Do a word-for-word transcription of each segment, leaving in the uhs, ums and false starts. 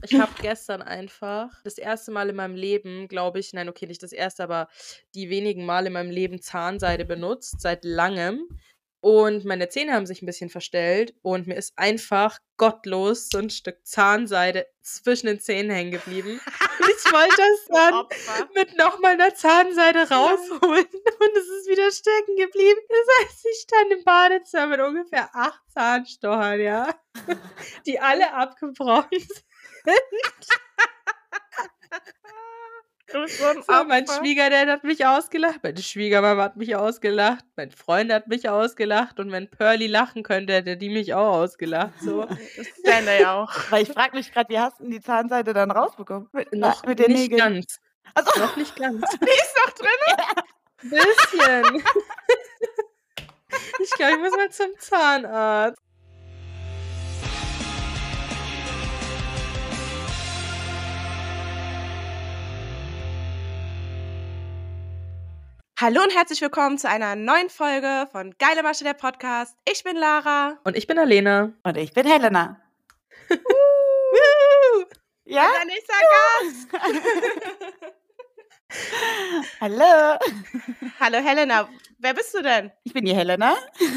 Ich habe gestern einfach das erste Mal in meinem Leben, glaube ich nein, okay, nicht das erste, aber die wenigen Male in meinem Leben Zahnseide benutzt, seit Langem. Und meine Zähne haben sich 'n bisschen verstellt und mir ist einfach gottlos so 'n Stück Zahnseide zwischen den Zähnen hängen geblieben. Und ich wollte das Du dann Opfer. mit noch mal 'ner Zahnseide Nein. rausholen und es ist wieder stecken geblieben. Das heißt, ich stand im Badezimmer mit ungefähr acht Zahnstochern, ja, die alle abgebrochen sind. Du bist so 'n So, mein Opfer. Schwiegerdad hat mich ausgelacht, meine Schwiegermama hat mich ausgelacht, mein Freund hat mich ausgelacht und wenn Pearly lachen könnte, hätte die mich auch ausgelacht, so. Das Stanley ja auch. Weil ich frage mich grad, wie hast 'n die Zahnseide dann rausbekommen? Mit na Noch mit den nicht Nägeln? ganz. Ach so. Noch nicht ganz. Die ist noch drinne? Ja. Bisschen. Ich glaube, ich muss mal zum Zahnarzt. Hallo und herzlich willkommen zu einer neuen Folge von Geile Masche, der Podcast. Ich bin Lara. Und ich bin Alena. Und ich bin Helena. Wuhu. Ja? Unser nächster Gast. Hallo. Hallo Helena, wer bist du denn? Ich bin die Helena.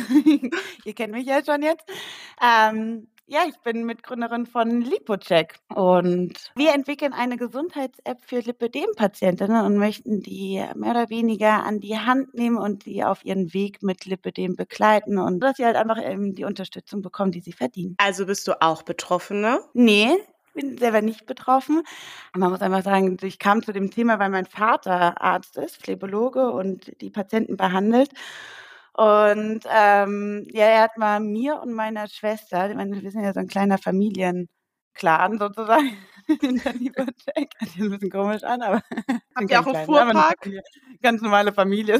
Ihr kennt mich ja schon jetzt. Ähm, ja, ich bin Mitgründerin von LipoCheck und wir entwickeln eine Gesundheits-App für Lipödem-Patientinnen und möchten die mehr oder weniger an die Hand nehmen und die auf ihren Weg mit Lipödem begleiten und dass sie halt einfach eben die Unterstützung bekommen, die sie verdienen. Also bist du auch Betroffene? Ne, ich bin selber nicht betroffen. Man muss einfach sagen, ich kam zu dem Thema, weil mein Vater Arzt ist, Phlebologe und die Patienten behandelt. Und, ähm, ja, er hat mal mir und meiner Schwester ich meine, wir sind ja so 'n kleiner Familienclan sozusagen in der LipoCheck. Hört sich 'n bisschen komisch an, aber Habt ihr auch 'n klein, ne, aber 'ne Fuhrpark? Familie. Ganz normale Familie.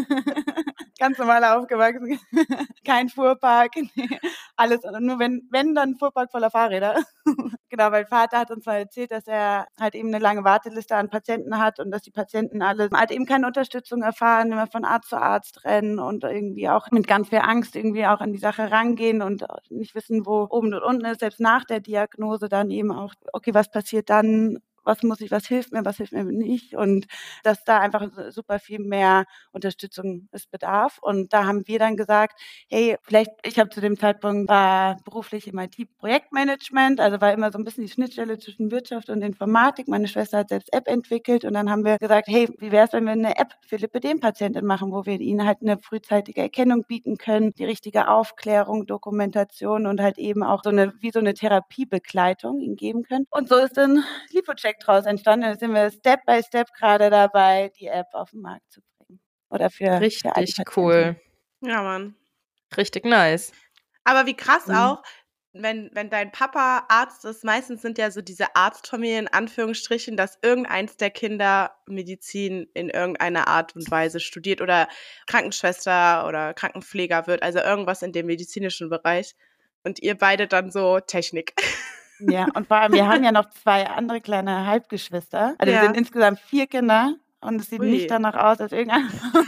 Ganz normal aufgewachsen. Kein Fuhrpark, ne. Alles nur wenn wenn, dann 'n Fuhrpark voller Fahrräder. Genau, mein Vater hat uns mal erzählt, dass er halt eben 'ne lange Warteliste an Patienten hat und dass die Patienten alle halt eben keine Unterstützung erfahren, immer von Arzt zu Arzt rennen und irgendwie auch mit ganz viel Angst irgendwie auch an die Sache rangehen und nicht wissen, wo oben und unten ist, selbst nach der Diagnose dann eben auch: „Okay, was passiert dann? Was muss ich was hilft mir, was hilft mir nicht?“ Und dass da einfach s super viel mehr Unterstützung es bedarf. Und da haben wir dann gesagt: „Hey, vielleicht“ ich habe zu dem Zeitpunkt war beruflich im I T-Projektmanagement, also war immer so 'n bisschen die Schnittstelle zwischen Wirtschaft und Informatik. Meine Schwester hat selbst App entwickelt und dann haben wir gesagt: „Hey, wie wär's, wenn wir 'ne App für Lipödem-Patienten machen, wo wir ihnen halt 'ne frühzeitige Erkennung bieten können, die richtige Aufklärung, Dokumentation und halt eben auch so 'ne wie so 'ne Therapiebegleitung ihnen geben können.“ Und so ist dann LipoCheck draus entstanden. Da sind wir Step by Step grade dabei, die App auf 'n Markt zu bringen oder für für all die Richtig Patienten. cool. Ja, Mann. Richtig nice. Aber wie krass Mhm. auch, wenn wenn dein Papa Arzt ist meistens sind ja so diese Arztfamilien in Anführungsstrichen, dass irgendeins der Kinder Medizin in irgendeiner Art und Weise studiert oder Krankenschwester oder Krankenpfleger wird, also irgendwas in dem medizinischen Bereich und ihr beide dann so Technik. Ja, und vor allem, wir haben ja noch zwei andere kleine Halbgeschwister. Also, wir Ja. sind insgesamt vier Kinder und es sieht nicht Ui. danach aus, dass irgendeiner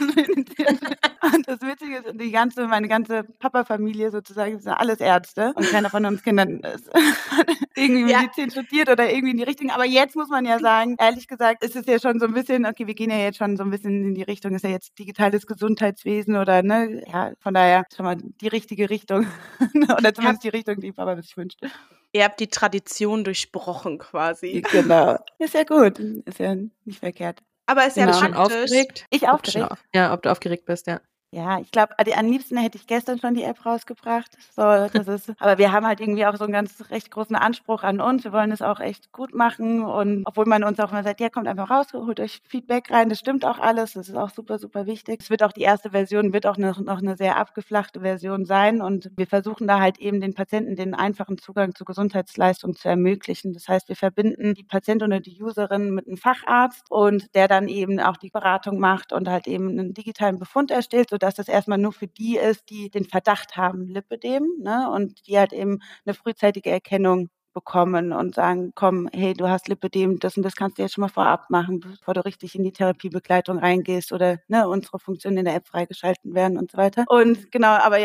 Und das Witzige ist, die ganze meine ganze Papafamilie sozusagen sind alles Ärzte und keiner von uns Kindern ist hat irgendwie Ja. Medizin studiert oder irgendwie in die Richtung. Aber jetzt muss man ja sagen, ehrlich gesagt, ist es ja schon so 'n bisschen okay, wir gehen ja jetzt schon so 'n bisschen in die Richtung ist ja jetzt digitales Gesundheitswesen oder ne? Ja, von daher schon mal die richtige Richtung oder Ihr habt zumindest die Richtung, die Papa sich wünscht. ihr habt die Tradition durchbrochen quasi. Genau. Ist ja gut. Ist ja nicht verkehrt. Aber ist ja Bist du schon praktisch. aufgeregt? Ich Ob du schon aufgeregt? au ja, ob du aufgeregt bist, ja. Ja, ich glaube, a am liebsten hätte ich gestern schon die App rausgebracht. So, das ist aber wir haben halt irgendwie auch so 'n ganz recht großen Anspruch an uns. Wir wollen es auch echt gut machen und obwohl man uns auch immer sagt: „Ja, kommt einfach raus, holt euch Feedback rein.“ Das stimmt auch alles. Das ist auch super, super wichtig. Es wird auch die erste Version wird auch noch noch 'ne sehr abgeflachte Version sein und wir versuchen da halt eben den Patienten den einfachen Zugang zu Gesundheitsleistungen zu ermöglichen. Das heißt, wir verbinden die Patientin oder die Userin mit 'nem Facharzt und der dann eben auch die Beratung macht und halt eben 'nen digitalen Befund erstellt, sodass das erst mal nur für die ist, die den Verdacht haben, Lipödem, ne, und die halt eben 'ne frühzeitige Erkennung bekommen und sagen: „Komm, hey, du hast Lipödem, das und das kannst du jetzt schon mal vorab machen, bevor du richtig in die Therapiebegleitung reingehst“ oder, ne, unsere Funktionen in der App freigeschalten werden und so weiter. Und genau, aber ja,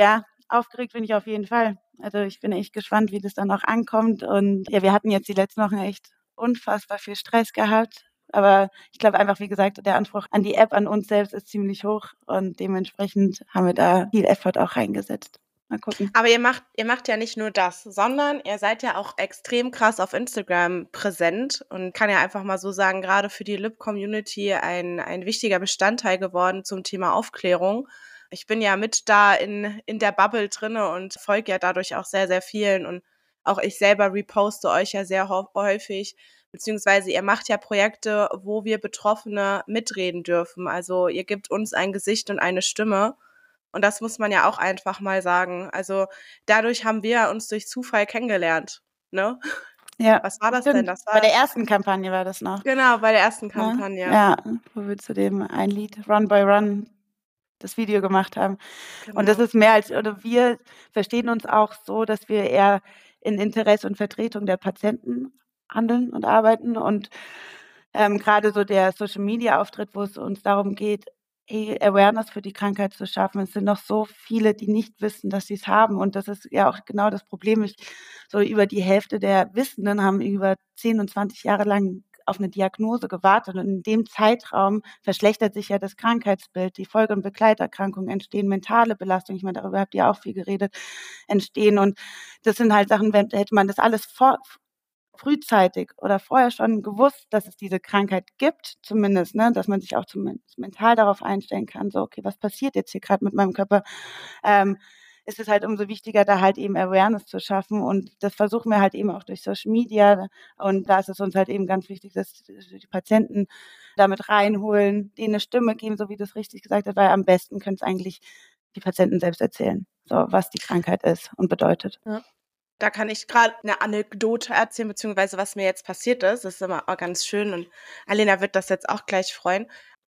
aufgeregt bin ich auf jeden Fall. Also ich bin echt gespannt, wie das dann auch ankommt. Und ja, wir hatten jetzt die letzten Wochen echt unfassbar viel Stress gehabt. Aber ich glaube einfach, wie gesagt, der Anspruch an die App, an uns selbst ist ziemlich hoch. Und dementsprechend haben wir da viel Effort auch reingesetzt. Mal gucken. Aber ihr macht, ihr macht ja nicht nur das, sondern ihr seid ja auch extrem krass auf Instagram präsent und kann ja einfach mal so sagen, gerade für die Lip-Community ein, ein wichtiger Bestandteil geworden zum Thema Aufklärung. Ich bin ja mit da in, in der Bubble drinne und folge ja dadurch auch sehr, sehr vielen und auch ich selber reposte euch ja sehr häufig, beziehungsweise ihr macht ja Projekte, wo wir Betroffene mitreden dürfen. Also ihr gebt uns ein Gesicht und eine Stimme. Und das muss man ja auch einfach mal sagen. Also dadurch haben wir uns durch Zufall kennengelernt, ne? Ja, Was war das stimmt. denn? Das war Bei der ersten Kampagne war das noch. Genau, bei der ersten Ne? Kampagne. Ja, wo wir zu dem ein Lied Run by Run das Video gemacht haben. Genau. Und das ist mehr als, oder wir verstehen uns auch so, dass wir eher in Interesse und Vertretung der Patienten handeln und arbeiten. Und ähm, gerade so der Social-Media-Auftritt, wo es uns darum geht, hey, Awareness für die Krankheit zu schaffen. Es sind noch so viele, die nicht wissen, dass sie es haben. Und das ist ja auch genau das Problem. Ich, so über die Hälfte der Wissenden haben über zehn und zwanzig Jahre lang auf eine Diagnose gewartet. Und in dem Zeitraum verschlechtert sich ja das Krankheitsbild. Die Folge- und Begleiterkrankungen entstehen, mentale Belastungen, ich meine, darüber habt ihr auch viel geredet, entstehen. Und das sind halt Sachen, wenn, hätte man das alles vor, frühzeitig oder vorher schon gewusst, dass es diese Krankheit gibt, zumindest, ne, dass man sich auch zumindest mental darauf einstellen kann, so, okay, was passiert jetzt hier gerade mit meinem Körper, ähm, ist es halt umso wichtiger, da halt eben Awareness zu schaffen. Und das versuchen wir halt eben auch durch Social Media. Und da ist es uns halt eben ganz wichtig, dass die Patienten damit reinholen, denen eine Stimme geben, so wie das richtig gesagt hat, weil am besten können es eigentlich die Patienten selbst erzählen, so was die Krankheit ist und bedeutet. Ja. Da kann ich gerade eine Anekdote erzählen, beziehungsweise was mir jetzt passiert ist. Das ist immer auch ganz schön und Alena wird das jetzt auch gleich freuen.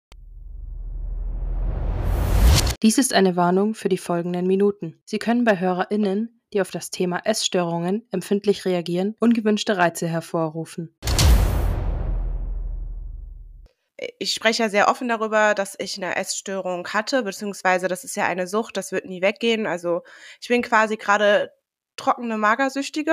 Dies ist eine Warnung für die folgenden Minuten. Sie können bei HörerInnen, die auf das Thema Essstörungen empfindlich reagieren, ungewünschte Reize hervorrufen. Ich spreche ja sehr offen darüber, dass ich eine Essstörung hatte, beziehungsweise das ist ja eine Sucht, das wird nie weggehen. Also ich bin quasi gerade trockene Magersüchtige,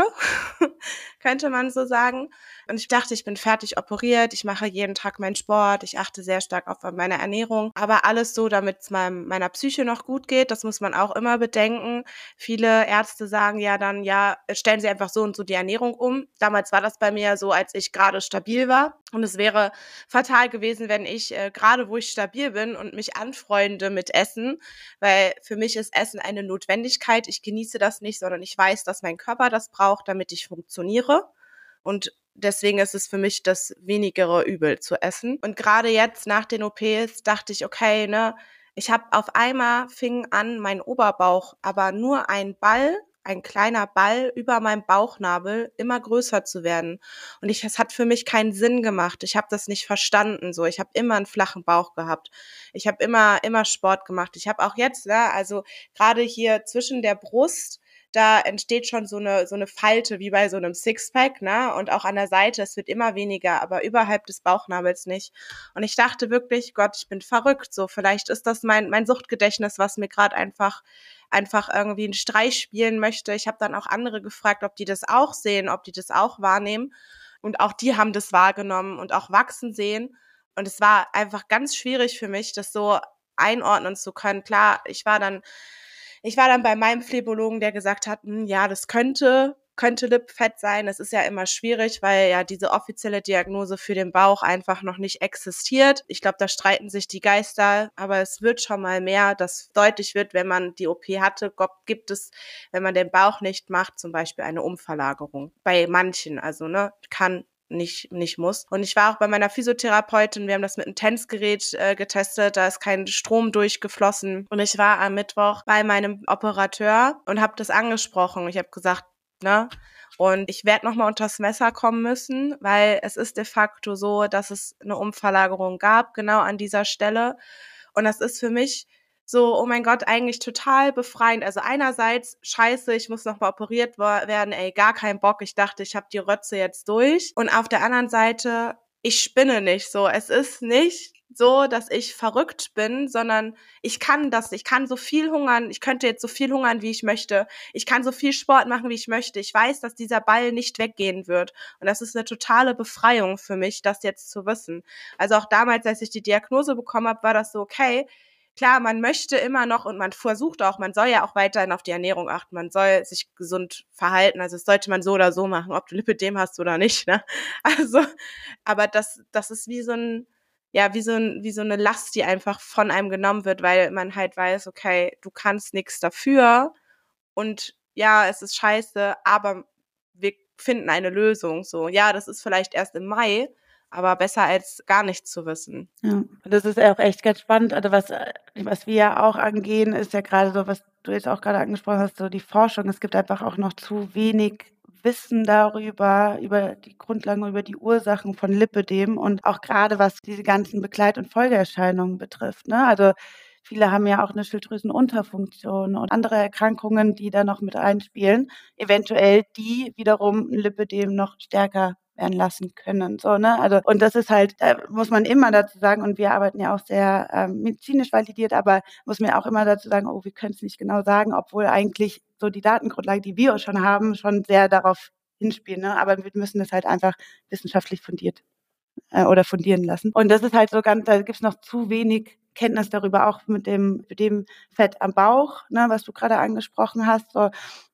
könnte man so sagen. Und ich dachte, ich bin fertig operiert, ich mache jeden Tag meinen Sport, ich achte sehr stark auf meine Ernährung, aber alles so, damit es meinem, meiner Psyche noch gut geht, das muss man auch immer bedenken. Viele Ärzte sagen ja dann, ja, stellen Sie einfach so und so die Ernährung um. Damals war das bei mir so, als ich gerade stabil war und es wäre fatal gewesen, wenn ich äh, gerade, wo ich stabil bin und mich anfreunde mit Essen, weil für mich ist Essen eine Notwendigkeit, ich genieße das nicht, sondern ich weiß, dass mein Körper das braucht, damit ich funktioniere und deswegen ist es für mich das wenigere Übel zu essen. Und gerade jetzt nach den O Ps dachte ich, okay, ne, ich habe auf einmal fing an, mein Oberbauch, aber nur ein Ball, ein kleiner Ball über meinem Bauchnabel immer größer zu werden. Und ich, es hat für mich keinen Sinn gemacht. Ich habe das nicht verstanden. So, ich habe immer einen flachen Bauch gehabt. Ich habe immer, immer Sport gemacht. Ich habe auch jetzt, ne, also gerade hier zwischen der Brust, da entsteht schon so eine, so eine Falte wie bei so einem Sixpack, ne? Und auch an der Seite, es wird immer weniger, aber überhalb des Bauchnabels nicht. Und ich dachte wirklich, Gott, ich bin verrückt. So, vielleicht ist das mein, mein Suchtgedächtnis, was mir gerade einfach, einfach irgendwie einen Streich spielen möchte. Ich habe dann auch andere gefragt, ob die das auch sehen, ob die das auch wahrnehmen. Und auch die haben das wahrgenommen und auch wachsen sehen. Und es war einfach ganz schwierig für mich, das so einordnen zu können. Klar, ich war dann Ich war dann bei meinem Phlebologen, der gesagt hat, hm, ja, das könnte, könnte Lipfett sein. Das ist ja immer schwierig, weil ja diese offizielle Diagnose für den Bauch einfach noch nicht existiert. Ich glaube, da streiten sich die Geister, aber es wird schon mal mehr, dass deutlich wird, wenn man die O P hatte, gibt es, wenn man den Bauch nicht macht, zum Beispiel eine Umverlagerung. Bei manchen, also ne, kann nicht nicht muss. Und ich war auch bei meiner Physiotherapeutin, wir haben das mit einem Tanzgerät äh, getestet, da ist kein Strom durchgeflossen. Und ich war am Mittwoch bei meinem Operateur und habe das angesprochen. Ich habe gesagt, ne, und ich werde nochmal unters Messer kommen müssen, weil es ist de facto so, dass es eine Umverlagerung gab, genau an dieser Stelle. Und das ist für mich so, oh mein Gott, eigentlich total befreiend. Also einerseits, scheiße, ich muss noch mal operiert werden, ey, gar kein Bock. Ich dachte, ich habe die Rötze jetzt durch. Und auf der anderen Seite, ich spinne nicht so. Es ist nicht so, dass ich verrückt bin, sondern ich kann das, ich kann so viel hungern, ich könnte jetzt so viel hungern, wie ich möchte. Ich kann so viel Sport machen, wie ich möchte. Ich weiß, dass dieser Ball nicht weggehen wird. Und das ist eine totale Befreiung für mich, das jetzt zu wissen. Also auch damals, als ich die Diagnose bekommen habe, war das so, okay, klar, man möchte immer noch und man versucht auch, man soll ja auch weiterhin auf die Ernährung achten, man soll sich gesund verhalten, also das sollte man so oder so machen, ob du Lipödem hast oder nicht, ne? Also, aber das, das ist wie so ein, ja, wie so ein, wie so eine Last, die einfach von einem genommen wird, weil man halt weiß, okay, du kannst nichts dafür und ja, es ist scheiße, aber wir finden eine Lösung, so. Ja, das ist vielleicht erst im Mai, aber besser als gar nichts zu wissen. Ja, das ist ja auch echt ganz spannend. Also was, äh, was wir ja auch angehen, ist ja gerade so, was du jetzt auch gerade angesprochen hast, so die Forschung. Es gibt einfach auch noch zu wenig Wissen darüber, über die Grundlagen, über die Ursachen von Lipödem und auch gerade was diese ganzen Begleit- und Folgeerscheinungen betrifft. Ne? Also viele haben ja auch eine Schilddrüsenunterfunktion und andere Erkrankungen, die da noch mit einspielen, eventuell die wiederum ein Lipödem noch stärker werden lassen können. So, ne? Also, und das ist halt, da muss man immer dazu sagen, und wir arbeiten ja auch sehr ähm, medizinisch validiert, aber muss man auch immer dazu sagen, oh, wir können es nicht genau sagen, obwohl eigentlich so die Datengrundlage, die wir schon haben, schon sehr darauf hinspielen. Ne? Aber wir müssen das halt einfach wissenschaftlich fundiert äh, oder fundieren lassen. Und das ist halt so ganz, da gibt es noch zu wenig Kenntnis darüber, auch mit dem, mit dem Fett am Bauch, ne, was du gerade angesprochen hast. So,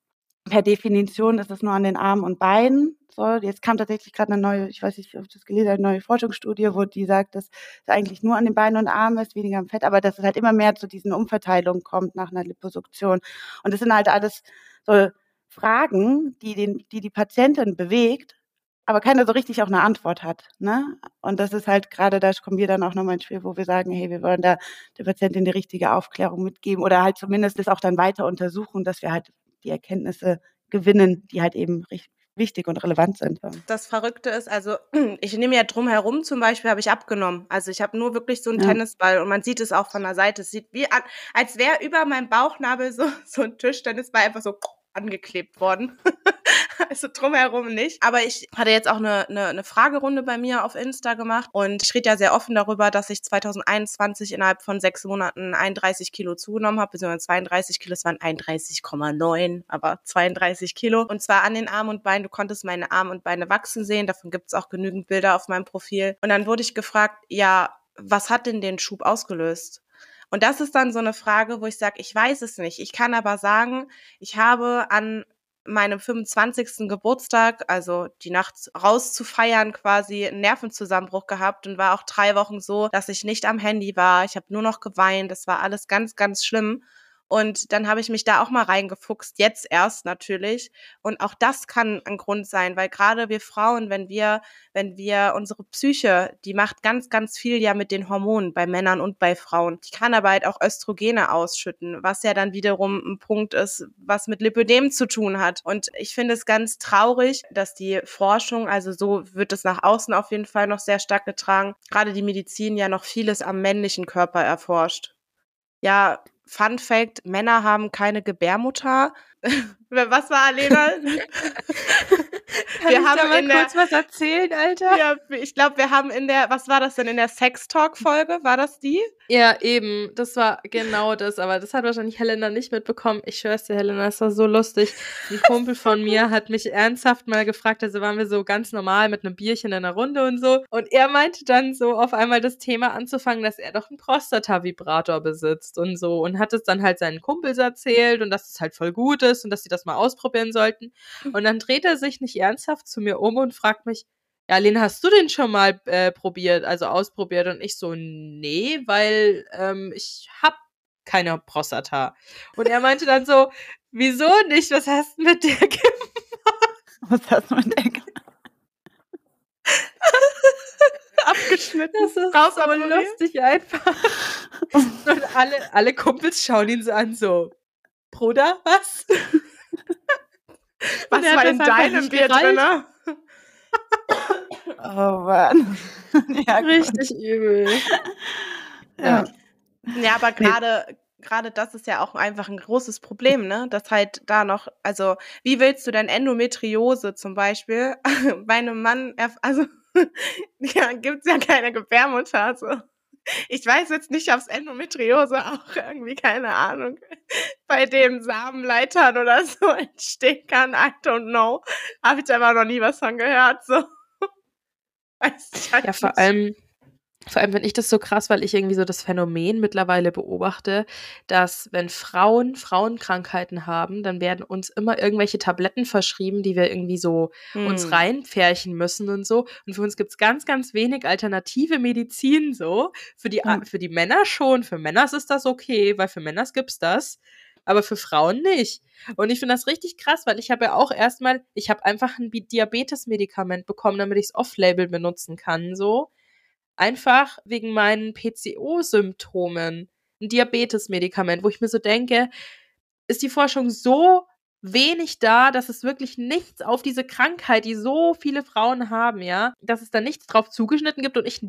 per Definition ist es nur an den Armen und Beinen. So, jetzt kam tatsächlich gerade eine neue, ich weiß nicht, ob ich das gelesen habe, eine neue Forschungsstudie, wo die sagt, dass es eigentlich nur an den Beinen und Armen ist, weniger am Fett, aber dass es halt immer mehr zu diesen Umverteilungen kommt nach einer Liposuktion. Und das sind halt alles so Fragen, die den, die, die Patientin bewegt, aber keiner so richtig auch eine Antwort hat. Ne? Und das ist halt gerade, da kommen wir dann auch nochmal ins Spiel, wo wir sagen, hey, wir wollen da der Patientin die richtige Aufklärung mitgeben oder halt zumindest das auch dann weiter untersuchen, dass wir halt die Erkenntnisse gewinnen, die halt eben richtig wichtig und relevant sind. Das Verrückte ist, also ich nehme ja drumherum zum Beispiel, habe ich abgenommen. Also ich habe nur wirklich so einen Ja. Tennisball und man sieht es auch von der Seite. Es sieht wie an, als wäre über meinem Bauchnabel so, so ein Tischtennisball einfach so angeklebt worden. Also drumherum nicht. Aber ich hatte jetzt auch eine, eine, eine Fragerunde bei mir auf Insta gemacht und ich rede ja sehr offen darüber, dass ich zwanzig einundzwanzig innerhalb von sechs Monaten einunddreißig Kilo zugenommen habe, beziehungsweise zweiunddreißig Kilo, es waren einunddreißig Komma neun, aber zweiunddreißig Kilo. Und zwar an den Armen und Beinen. Du konntest meine Arme und Beine wachsen sehen, davon gibt es auch genügend Bilder auf meinem Profil. Und dann wurde ich gefragt, ja, was hat denn den Schub ausgelöst? Und das ist dann so eine Frage, wo ich sage, ich weiß es nicht. Ich kann aber sagen, ich habe an meinem fünfundzwanzigsten Geburtstag, also die Nacht rauszufeiern, quasi einen Nervenzusammenbruch gehabt und war auch drei Wochen so, dass ich nicht am Handy war. Ich habe nur noch geweint. Das war alles ganz, ganz schlimm. Und dann habe ich mich da auch mal reingefuchst, jetzt erst natürlich. Und auch das kann ein Grund sein, weil gerade wir Frauen, wenn wir, wenn wir unsere Psyche, die macht ganz, ganz viel ja mit den Hormonen bei Männern und bei Frauen. Die kann aber halt auch Östrogene ausschütten, was ja dann wiederum ein Punkt ist, was mit Lipödem zu tun hat. Und ich finde es ganz traurig, dass die Forschung, also so wird es nach außen auf jeden Fall noch sehr stark getragen, gerade die Medizin ja noch vieles am männlichen Körper erforscht. Ja, Fun Fact, Männer haben keine Gebärmutter. Was war, Alena? Kann Wir ich haben da mal in der- kurz was erzählen, Alter? Ja, ich glaube, wir haben in der, was war das denn, in der Sex-Talk-Folge, war das die? Ja, eben. Das war genau das. Aber das hat wahrscheinlich Helena nicht mitbekommen. Ich schwör's dir, Helena, das war so lustig. Ein Kumpel von mir hat mich ernsthaft mal gefragt, also waren wir so ganz normal mit einem Bierchen in einer Runde und so. Und er meinte dann so auf einmal das Thema anzufangen, dass er doch einen Prostata-Vibrator besitzt und so. Und hat es dann halt seinen Kumpels erzählt und dass es halt voll gut ist und dass sie das mal ausprobieren sollten. Und dann dreht er sich nicht ernsthaft zu mir um und fragt mich, ja, Lena, hast du den schon mal äh, probiert, also ausprobiert? Und ich so, nee, weil ähm, ich hab keine Prostata. Und er meinte dann so, wieso nicht? Was hast du mit der gemacht? Was hast du mit der gemacht? Abgeschnitten. Das ist Raus so operiert. lustig einfach. Und alle, alle Kumpels schauen ihn so an, so, Bruder, was? Was Und er war hat in das einfach deinem nicht Bier gerallt. drin? Ne? Oh Mann. Ja, gut. Richtig übel. Ja. Ja, aber gerade gerade das ist ja auch einfach ein großes Problem, ne? Dass halt da noch, also wie willst du denn Endometriose zum Beispiel bei einem Mann, erf- also ja, gibt's ja keine Gebärmutter, so. Ich weiß jetzt nicht, aufs Endometriose auch irgendwie, keine Ahnung, bei den Samenleitern oder so entstehen kann. I don't know. Habe ich aber noch nie was von gehört. So. Weiß ich halt Ja, vor nicht. allem, vor allem finde ich das so krass, weil ich irgendwie so das Phänomen mittlerweile beobachte, dass wenn Frauen Frauenkrankheiten haben, dann werden uns immer irgendwelche Tabletten verschrieben, die wir irgendwie so uns Hm. reinpferchen müssen und so. Und für uns gibt's ganz, ganz wenig alternative Medizin so. Für die, Ja. für die Männer schon. Für Männer ist das okay, weil für Männer gibt's das. Aber für Frauen nicht. Und ich finde das richtig krass, weil ich habe ja auch erstmal, ich habe einfach ein Bi- Diabetes-Medikament bekommen, damit ich es off-label benutzen kann, so. Einfach wegen meinen P C O-Symptomen. Ein Diabetes-Medikament, wo ich mir so denke, ist die Forschung so wenig da, dass es wirklich nichts auf diese Krankheit, die so viele Frauen haben, ja, dass es da nichts drauf zugeschnitten gibt und ich ein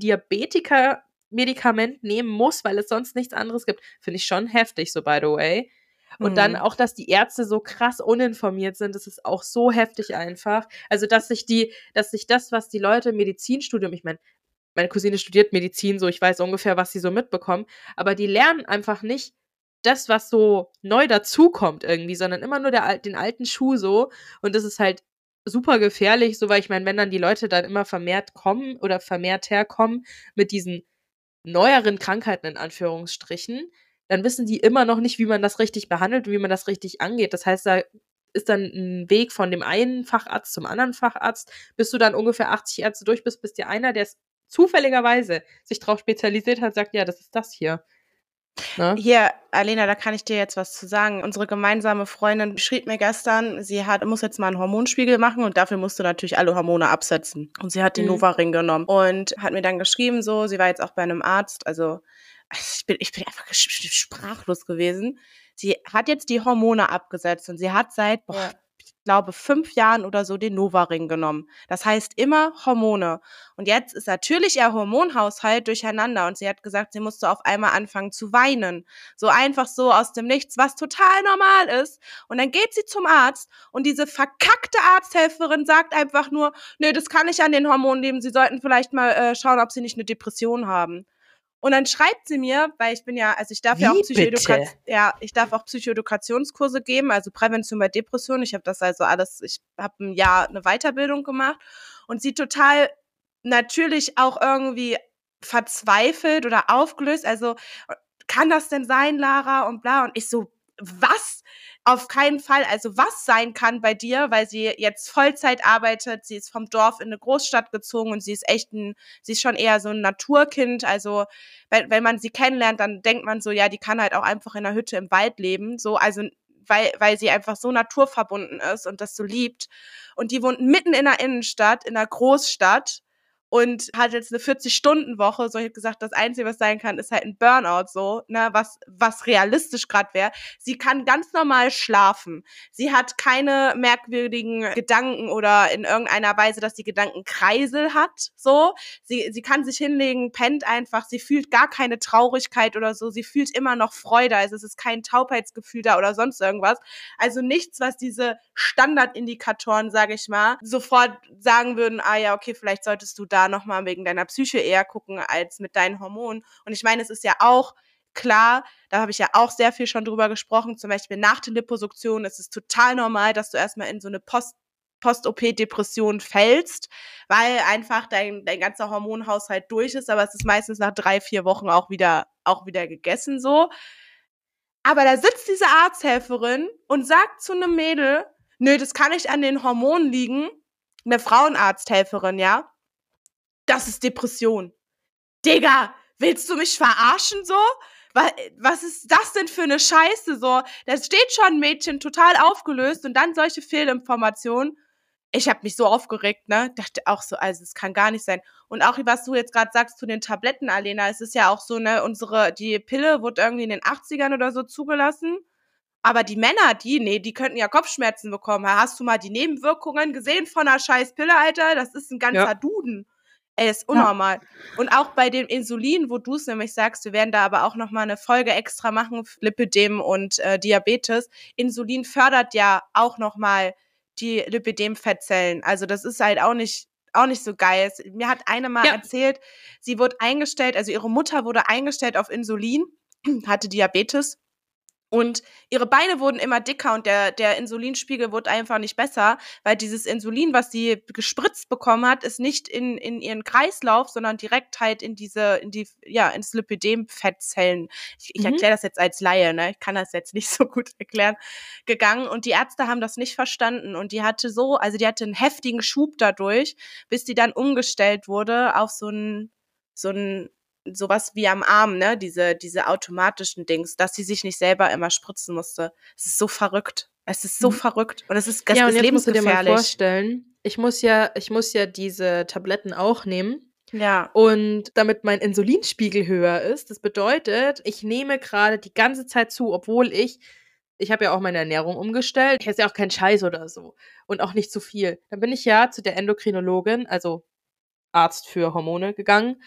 Diabetiker-Medikament nehmen muss, weil es sonst nichts anderes gibt, finde ich schon heftig, so by the way. Und dann Hm. auch, dass die Ärzte so krass uninformiert sind, das ist auch so heftig einfach. Also, dass sich die, dass sich das, was die Leute im Medizinstudium, ich meine, meine Cousine studiert Medizin, so ich weiß ungefähr, was sie so mitbekommen, aber die lernen einfach nicht das, was so neu dazukommt irgendwie, sondern immer nur der, al- den alten Schuh so. Und das ist halt super gefährlich, so weil ich meine, wenn dann die Leute dann immer vermehrt kommen oder vermehrt herkommen mit diesen neueren Krankheiten in Anführungsstrichen, dann wissen die immer noch nicht, wie man das richtig behandelt und wie man das richtig angeht. Das heißt, da ist dann ein Weg von dem einen Facharzt zum anderen Facharzt, bis du dann ungefähr achtzig Ärzte durch bist, bis dir einer, der es zufälligerweise sich darauf spezialisiert hat, sagt, ja, das ist das hier. Ne? Hier, Alena, da kann ich dir jetzt was zu sagen. Unsere gemeinsame Freundin schrieb mir gestern, sie hat, muss jetzt mal einen Hormonspiegel machen und dafür musst du natürlich alle Hormone absetzen. Und sie hat den Mhm. Novaring genommen und hat mir dann geschrieben, so, sie war jetzt auch bei einem Arzt, also ich bin, ich bin einfach gesch- sprachlos gewesen. Sie hat jetzt die Hormone abgesetzt und sie hat seit, boah, Ja. ich glaube, fünf Jahren oder so den Novaring genommen. Das heißt immer Hormone. Und jetzt ist natürlich ihr Hormonhaushalt durcheinander und sie hat gesagt, sie musste auf einmal anfangen zu weinen. So einfach so aus dem Nichts, was total normal ist. Und dann geht sie zum Arzt und diese verkackte Arzthelferin sagt einfach nur, nee, das kann nicht an den Hormonen liegen, sie sollten vielleicht mal äh, schauen, ob sie nicht eine Depression haben. Und dann schreibt sie mir, weil ich bin ja, also ich darf ja auch Wie Psychoedukation, bitte? ja, ich darf auch Psychoedukationskurse geben, also Prävention bei Depressionen. Ich habe das also alles, ich habe ein Jahr eine Weiterbildung gemacht und sie total natürlich auch irgendwie verzweifelt oder aufgelöst. Also kann das denn sein, Lara? Und bla. Und ich so, was? Auf keinen Fall. Also was sein kann bei dir, weil sie jetzt Vollzeit arbeitet, sie ist vom Dorf in eine Großstadt gezogen und sie ist echt ein, sie ist schon eher so ein Naturkind. Also wenn, wenn man sie kennenlernt, dann denkt man so, ja, die kann halt auch einfach in einer Hütte im Wald leben. So, also weil, weil sie einfach so naturverbunden ist und das so liebt. Und die wohnt mitten in der Innenstadt, in einer Großstadt und hat jetzt eine vierzig-Stunden-Woche. So, ich habe gesagt, das Einzige, was sein kann, ist halt ein Burnout, so, ne, was, was realistisch gerade wäre. Sie kann ganz normal schlafen. Sie hat keine merkwürdigen Gedanken oder in irgendeiner Weise, dass sie Gedankenkreisel hat, so. Sie, sie kann sich hinlegen, pennt einfach. Sie fühlt gar keine Traurigkeit oder so. Sie fühlt immer noch Freude. Also es ist kein Taubheitsgefühl da oder sonst irgendwas. Also nichts, was diese Standardindikatoren, sage ich mal, sofort sagen würden, ah ja, okay, vielleicht solltest du da nochmal wegen deiner Psyche eher gucken als mit deinen Hormonen. Und ich meine, es ist ja auch klar, da habe ich ja auch sehr viel schon drüber gesprochen, zum Beispiel nach der Liposuktion ist es total normal, dass du erstmal in so eine Post Post-O P-Depression fällst, weil einfach dein, dein ganzer Hormonhaushalt durch ist, aber es ist meistens nach drei, vier Wochen auch wieder, auch wieder gegessen so. Aber da sitzt diese Arzthelferin und sagt zu einem Mädel, nö, das kann nicht an den Hormonen liegen, eine Frauenarzthelferin, ja, das ist Depression. Digga, willst du mich verarschen so? Was ist das denn für eine Scheiße so? Da steht schon ein Mädchen total aufgelöst und dann solche Fehlinformationen. Ich habe mich so aufgeregt, ne? Dachte auch so, also es kann gar nicht sein. Und auch, was du jetzt gerade sagst zu den Tabletten, Alena, es ist ja auch so, ne, unsere, die Pille wurde irgendwie in den achtzigern oder so zugelassen. Aber die Männer, die, nee, die könnten ja Kopfschmerzen bekommen. Hast du mal die Nebenwirkungen gesehen von einer scheiß Pille, Alter? Das ist ein ganzer Ja. Duden. Ey, ist unnormal. Und auch bei dem Insulin, wo du es nämlich sagst, wir werden da aber auch nochmal eine Folge extra machen, Lipidem und äh, Diabetes. Insulin fördert ja auch nochmal die Lipidem-Fettzellen. Also das ist halt auch nicht auch nicht so geil. Mir hat eine mal Ja. erzählt, sie wurde eingestellt, also ihre Mutter wurde eingestellt auf Insulin, hatte Diabetes. Und ihre Beine wurden immer dicker und der, der Insulinspiegel wurde einfach nicht besser, weil dieses Insulin, was sie gespritzt bekommen hat, ist nicht in, in ihren Kreislauf, sondern direkt halt in diese, in die, ja, ins Lipidem-Fettzellen. Ich, ich Mhm. erkläre das jetzt als Laie, ne? Ich kann das jetzt nicht so gut erklären, gegangen. Und die Ärzte haben das nicht verstanden. Und die hatte so, also die hatte einen heftigen Schub dadurch, bis die dann umgestellt wurde auf so ein, so ein, sowas wie am Arm, ne, diese, diese automatischen Dings, dass sie sich nicht selber immer spritzen musste. Es ist so verrückt. Es ist so Mhm. verrückt. Und es ist, das Ja, und ist jetzt musst du dir mal lebensgefährlich. vorstellen, ich muss ja, ich muss ja diese Tabletten auch nehmen. Ja. Und damit mein Insulinspiegel höher ist, das bedeutet, ich nehme gerade die ganze Zeit zu, obwohl ich, ich habe ja auch meine Ernährung umgestellt, ich esse ja auch keinen Scheiß oder so und auch nicht zu viel. Dann bin ich ja zu der Endokrinologin, also Arzt für Hormone, gegangen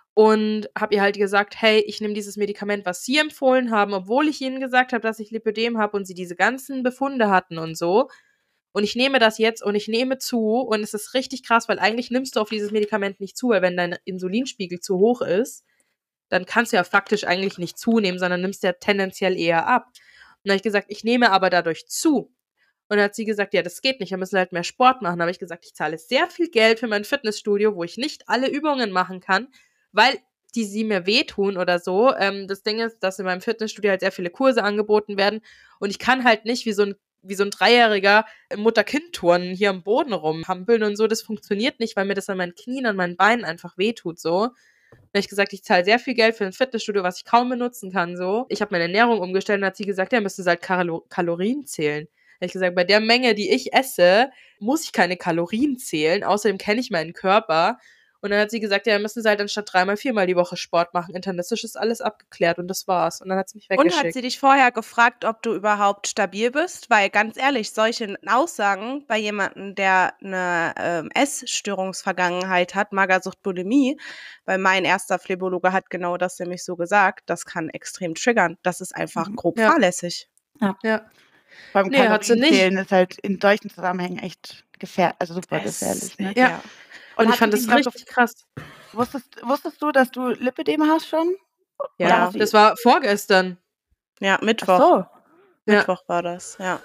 und habe ihr halt gesagt, hey, ich nehme dieses Medikament, was sie empfohlen haben, obwohl ich ihnen gesagt habe, dass ich Lipödem habe und sie diese ganzen Befunde hatten und so. Und ich nehme das jetzt und ich nehme zu und es ist richtig krass, weil eigentlich nimmst du auf dieses Medikament nicht zu, weil wenn dein Insulinspiegel zu hoch ist, dann kannst du ja faktisch eigentlich nicht zunehmen, sondern nimmst ja tendenziell eher ab. Und dann habe ich gesagt, ich nehme aber dadurch zu. Und dann hat sie gesagt, ja, das geht nicht, wir müssen halt mehr Sport machen. Da habe ich gesagt, ich zahle sehr viel Geld für mein Fitnessstudio, wo ich nicht alle Übungen machen kann, weil die sie mir wehtun oder so. Ähm, das Ding ist, dass in meinem Fitnessstudio halt sehr viele Kurse angeboten werden und ich kann halt nicht wie so ein wie so ein Dreijähriger im Mutter-Kind-Turnen hier am Boden rumhampeln und so. Das funktioniert nicht, weil mir das an meinen Knien, an meinen Beinen einfach wehtut, so. Dann habe ich gesagt, ich zahle sehr viel Geld für ein Fitnessstudio, was ich kaum benutzen kann, so. Ich habe meine Ernährung umgestellt und hat sie gesagt, ja, müsste sie halt Kalo- Kalorien zählen. Da habe ich gesagt, bei der Menge, die ich esse, muss ich keine Kalorien zählen. Außerdem kenne ich meinen Körper. Und dann hat sie gesagt, ja, müssen sie halt anstatt dreimal, viermal die Woche Sport machen. Internistisch ist alles abgeklärt und das war's. Und dann hat sie mich weggeschickt. Und hat sie dich vorher gefragt, ob du überhaupt stabil bist? Weil ganz ehrlich, solche Aussagen bei jemandem, der eine ähm, Essstörungsvergangenheit hat, Magersucht, Bulimie, weil mein erster Phlebologe hat genau das nämlich so gesagt, das kann extrem triggern. Das ist einfach Mhm. grob Ja. fahrlässig. Ja. Beim Nee, hat sie nicht. Kalorienzählen ist halt in solchen Zusammenhängen echt gefährlich, also super Es- gefährlich. Ne? Ja. Und ich hast fand du das dich noch richtig krass. Wusstest, wusstest du, dass du Lipödem hast schon? Oder Ja, hast du- das war vorgestern. Ja, Ach Mittwoch. so. Ja. Mittwoch war das, ja.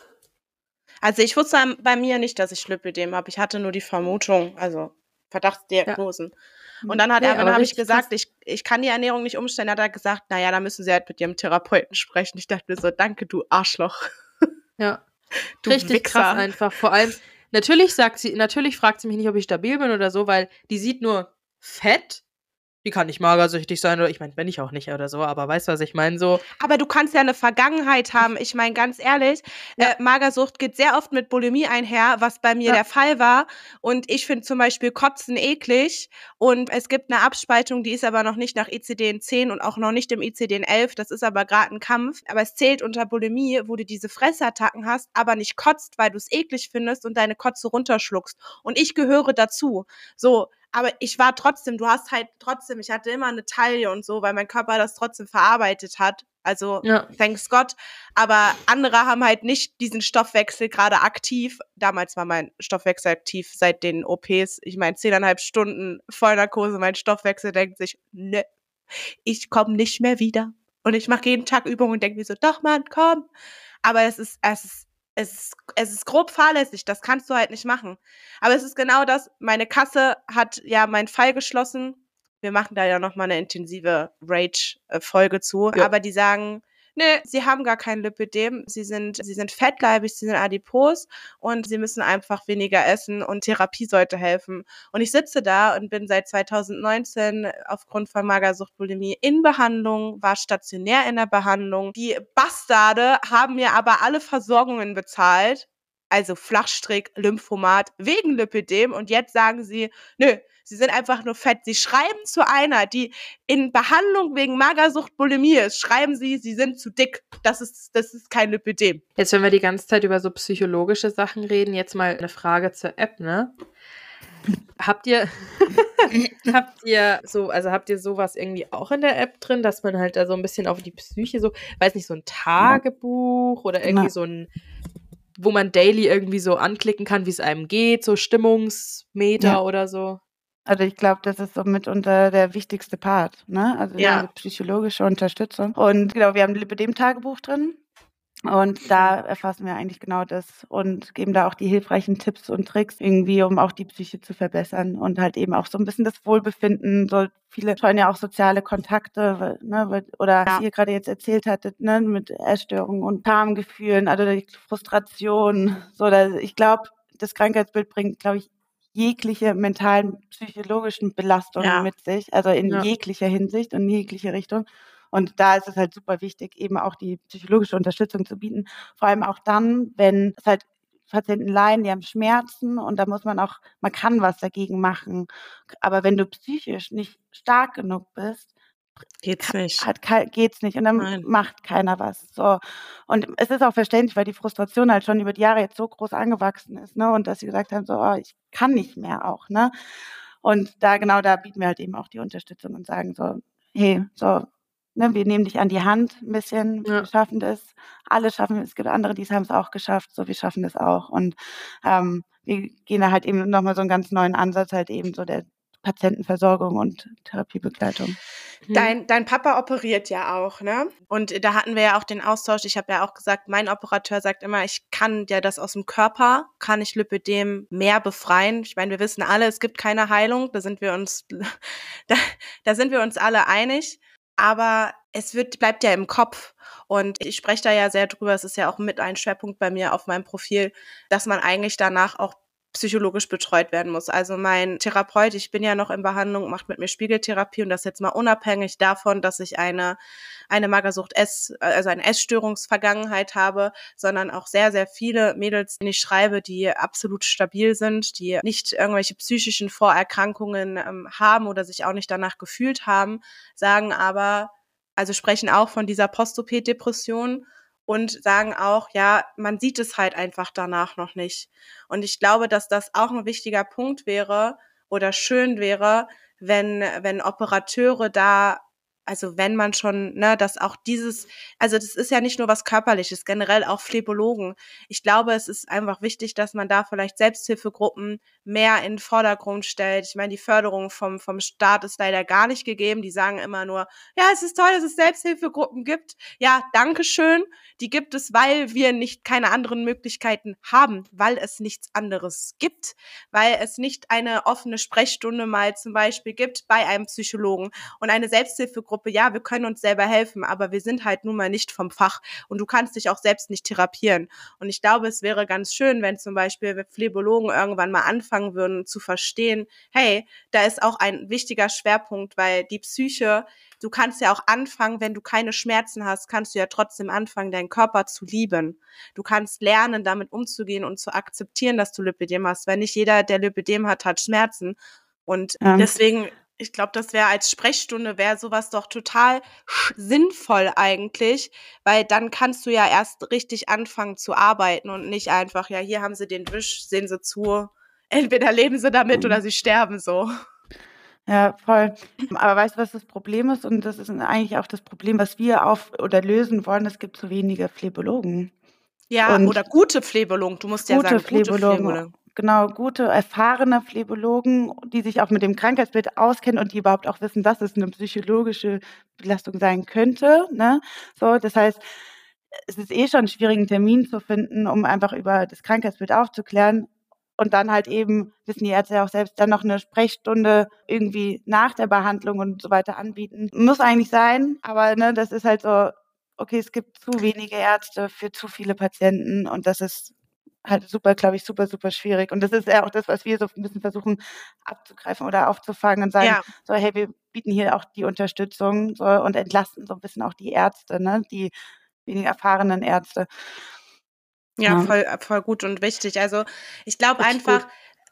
Also ich wusste am- bei mir nicht, dass ich Lipödem habe. Ich hatte nur die Vermutung, also Verdachtsdiagnosen. Und dann hat Nee, er, dann aber habe ich richtig gesagt, krass. ich, ich kann die Ernährung nicht umstellen. Dann hat er gesagt, naja, da müssen Sie halt mit Ihrem Therapeuten sprechen. Ich dachte mir so, danke, du Arschloch. Ja. Du Richtig Wichser. krass einfach. Vor allem, natürlich sagt sie, natürlich fragt sie mich nicht, ob ich stabil bin oder so, weil die sieht nur fett. Die kann nicht magersüchtig sein oder ich meine, bin ich auch nicht oder so, aber weißt du, was ich meine? So, Aber du kannst ja eine Vergangenheit haben. Ich meine, ganz ehrlich, Ja. äh, Magersucht geht sehr oft mit Bulimie einher, was bei mir Ja. der Fall war. Und ich finde zum Beispiel Kotzen eklig. Und es gibt eine Abspaltung, die ist aber noch nicht nach I C D zehn und auch noch nicht im I C D elf. Das ist aber gerade ein Kampf. Aber es zählt unter Bulimie, wo du diese Fressattacken hast, aber nicht kotzt, weil du es eklig findest und deine Kotze runterschluckst. Und ich gehöre dazu. So, aber ich war trotzdem, du hast halt trotzdem, ich hatte immer eine Taille und so, weil mein Körper das trotzdem verarbeitet hat. Also, Ja. thanks Gott. Aber andere haben halt nicht diesen Stoffwechsel gerade aktiv. Damals war mein Stoffwechsel aktiv seit den O Ps. Ich meine, zehneinhalb Stunden Vollnarkose, mein Stoffwechsel denkt sich, ne, ich komme nicht mehr wieder. Und ich mache jeden Tag Übungen und denke mir so, doch Mann, komm. Aber es ist, es ist, es ist, es ist grob fahrlässig, das kannst du halt nicht machen. Aber es ist genau das, meine Kasse hat ja meinen Fall geschlossen. Wir machen da ja nochmal eine intensive Rage-Folge zu. Jo. Aber die sagen, nö, sie haben gar kein Lipödem, sie sind, sie sind fettleibig, sie sind adipos und sie müssen einfach weniger essen und Therapie sollte helfen. Und ich sitze da und bin seit zweitausendneunzehn aufgrund von Magersucht, Bulimie in Behandlung, war stationär in der Behandlung. Die Bastarde haben mir aber alle Versorgungen bezahlt, also Flachstrick, Lymphomat, wegen Lipödem und jetzt sagen sie, nö, sie sind einfach nur fett. Sie schreiben zu einer, die in Behandlung wegen Magersucht, Bulimie ist, schreiben sie, sie sind zu dick. Das ist, das ist kein Lipödem. Jetzt, wenn wir die ganze Zeit über so psychologische Sachen reden, jetzt mal eine Frage zur App, ne? Habt ihr, habt ihr so, also habt ihr sowas irgendwie auch in der App drin, dass man halt da so ein bisschen auf die Psyche so, weiß nicht, so ein Tagebuch oder irgendwie Na. so ein wo man daily irgendwie so anklicken kann, wie es einem geht, so Stimmungsmeter Ja. oder so? Also ich glaube, das ist so mitunter der wichtigste Part, ne? Also ne, Ja. die psychologische Unterstützung. Und genau, wir haben ein Lipödem-Tagebuch drin. Und da erfassen wir eigentlich genau das und geben da auch die hilfreichen Tipps und Tricks irgendwie, um auch die Psyche zu verbessern und halt eben auch so ein bisschen das Wohlbefinden. So viele scheuen ja auch soziale Kontakte, weil, ne, weil, oder was Ja. ihr gerade jetzt erzählt hattet, ne, mit Essstörungen und Schamgefühlen, also die Frustration. So, da, ich glaube, das Krankheitsbild bringt, glaube ich, jegliche mentalen, psychologischen Belastungen Ja. mit sich, also in Ja. jeglicher Hinsicht und in jegliche Richtung. Und da ist es halt super wichtig, eben auch die psychologische Unterstützung zu bieten. Vor allem auch dann, wenn es halt Patienten leiden, die haben Schmerzen und da muss man auch, man kann was dagegen machen. Aber wenn du psychisch nicht stark genug bist, Geht's nicht. hat, kei- geht's nicht und dann Nein. macht keiner was. So. Und es ist auch verständlich, weil die Frustration halt schon über die Jahre jetzt so groß angewachsen ist, ne? Und dass sie gesagt haben, so, oh, ich kann nicht mehr auch, ne? Und da, genau da bieten wir halt eben auch die Unterstützung und sagen so, hey, so, ne, wir nehmen dich an die Hand ein bisschen, Ja. wir schaffen das, alle schaffen es, es gibt andere, die haben es auch geschafft, so, wir schaffen das auch. Und ähm, wir gehen da halt eben nochmal so einen ganz neuen Ansatz, halt eben so der Patientenversorgung und Therapiebegleitung. Mhm. Dein, dein Papa operiert ja auch, ne? Und da hatten wir ja auch den Austausch. Ich habe ja auch gesagt, mein Operateur sagt immer, ich kann ja das aus dem Körper, kann ich Lipödem mehr befreien. Ich meine, wir wissen alle, es gibt keine Heilung. Da sind wir uns, da, da sind wir uns alle einig. Aber es wird, bleibt ja im Kopf. Und ich spreche da ja sehr drüber. Es ist ja auch mit ein Schwerpunkt bei mir auf meinem Profil, dass man eigentlich danach auch psychologisch betreut werden muss. Also mein Therapeut, ich bin ja noch in Behandlung, macht mit mir Spiegeltherapie und das jetzt mal unabhängig davon, dass ich eine eine Magersucht Ess, also eine Essstörungsvergangenheit habe, sondern auch sehr, sehr viele Mädels, denen ich schreibe, die absolut stabil sind, die nicht irgendwelche psychischen Vorerkrankungen ähm, haben oder sich auch nicht danach gefühlt haben, sagen aber, also sprechen auch von dieser Post-O P-Depression und sagen auch, ja, man sieht es halt einfach danach noch nicht. Und ich glaube, dass das auch ein wichtiger Punkt wäre oder schön wäre, wenn, wenn Operateure da, also wenn man schon, ne, dass auch dieses, also das ist ja nicht nur was Körperliches, generell auch Phlebologen. Ich glaube, es ist einfach wichtig, dass man da vielleicht Selbsthilfegruppen mehr in den Vordergrund stellt. Ich meine, die Förderung vom, vom Staat ist leider gar nicht gegeben. Die sagen immer nur, ja, es ist toll, dass es Selbsthilfegruppen gibt. Ja, danke schön. Die gibt es, weil wir nicht keine anderen Möglichkeiten haben, weil es nichts anderes gibt, weil es nicht eine offene Sprechstunde mal zum Beispiel gibt bei einem Psychologen und eine Selbsthilfegruppe. Ja, wir können uns selber helfen, aber wir sind halt nun mal nicht vom Fach und du kannst dich auch selbst nicht therapieren. Und ich glaube, es wäre ganz schön, wenn zum Beispiel Phlebologen irgendwann mal anfangen würden zu verstehen, hey, da ist auch ein wichtiger Schwerpunkt, weil die Psyche, du kannst ja auch anfangen, wenn du keine Schmerzen hast, kannst du ja trotzdem anfangen, deinen Körper zu lieben. Du kannst lernen, damit umzugehen und zu akzeptieren, dass du Lipödem hast, weil nicht jeder, der Lipödem hat, hat Schmerzen. Und Ja. deswegen, ich glaube, das wäre als Sprechstunde, wäre sowas doch total sinnvoll eigentlich, weil dann kannst du ja erst richtig anfangen zu arbeiten und nicht einfach, ja, hier haben sie den Wisch, sehen sie zu, entweder leben sie damit oder sie sterben so. Ja, voll. Aber weißt du, was das Problem ist? Und das ist eigentlich auch das Problem, was wir auf oder lösen wollen. Es gibt zu wenige Phlebologen. Ja, Und oder gute Phlebologen, du musst ja gute sagen, gute Phlebologen, Phlebologen. genau, gute, erfahrene Phlebologen, die sich auch mit dem Krankheitsbild auskennen und die überhaupt auch wissen, dass es eine psychologische Belastung sein könnte, ne? So, das heißt, es ist eh schon schwierig, einen Termin zu finden, um einfach über das Krankheitsbild aufzuklären. Und dann halt eben, wissen die Ärzte ja auch selbst, dann noch eine Sprechstunde irgendwie nach der Behandlung und so weiter anbieten. Muss eigentlich sein, aber ne, das ist halt so, okay, es gibt zu wenige Ärzte für zu viele Patienten und das ist halt super, glaube ich, super, super schwierig. Und das ist ja auch das, was wir so ein bisschen versuchen abzugreifen oder aufzufangen und sagen, Ja. so, hey, wir bieten hier auch die Unterstützung so, und entlasten so ein bisschen auch die Ärzte, ne, die weniger erfahrenen Ärzte. Ja, Ja. voll, voll gut und wichtig. Also ich glaube Richtig einfach, gut.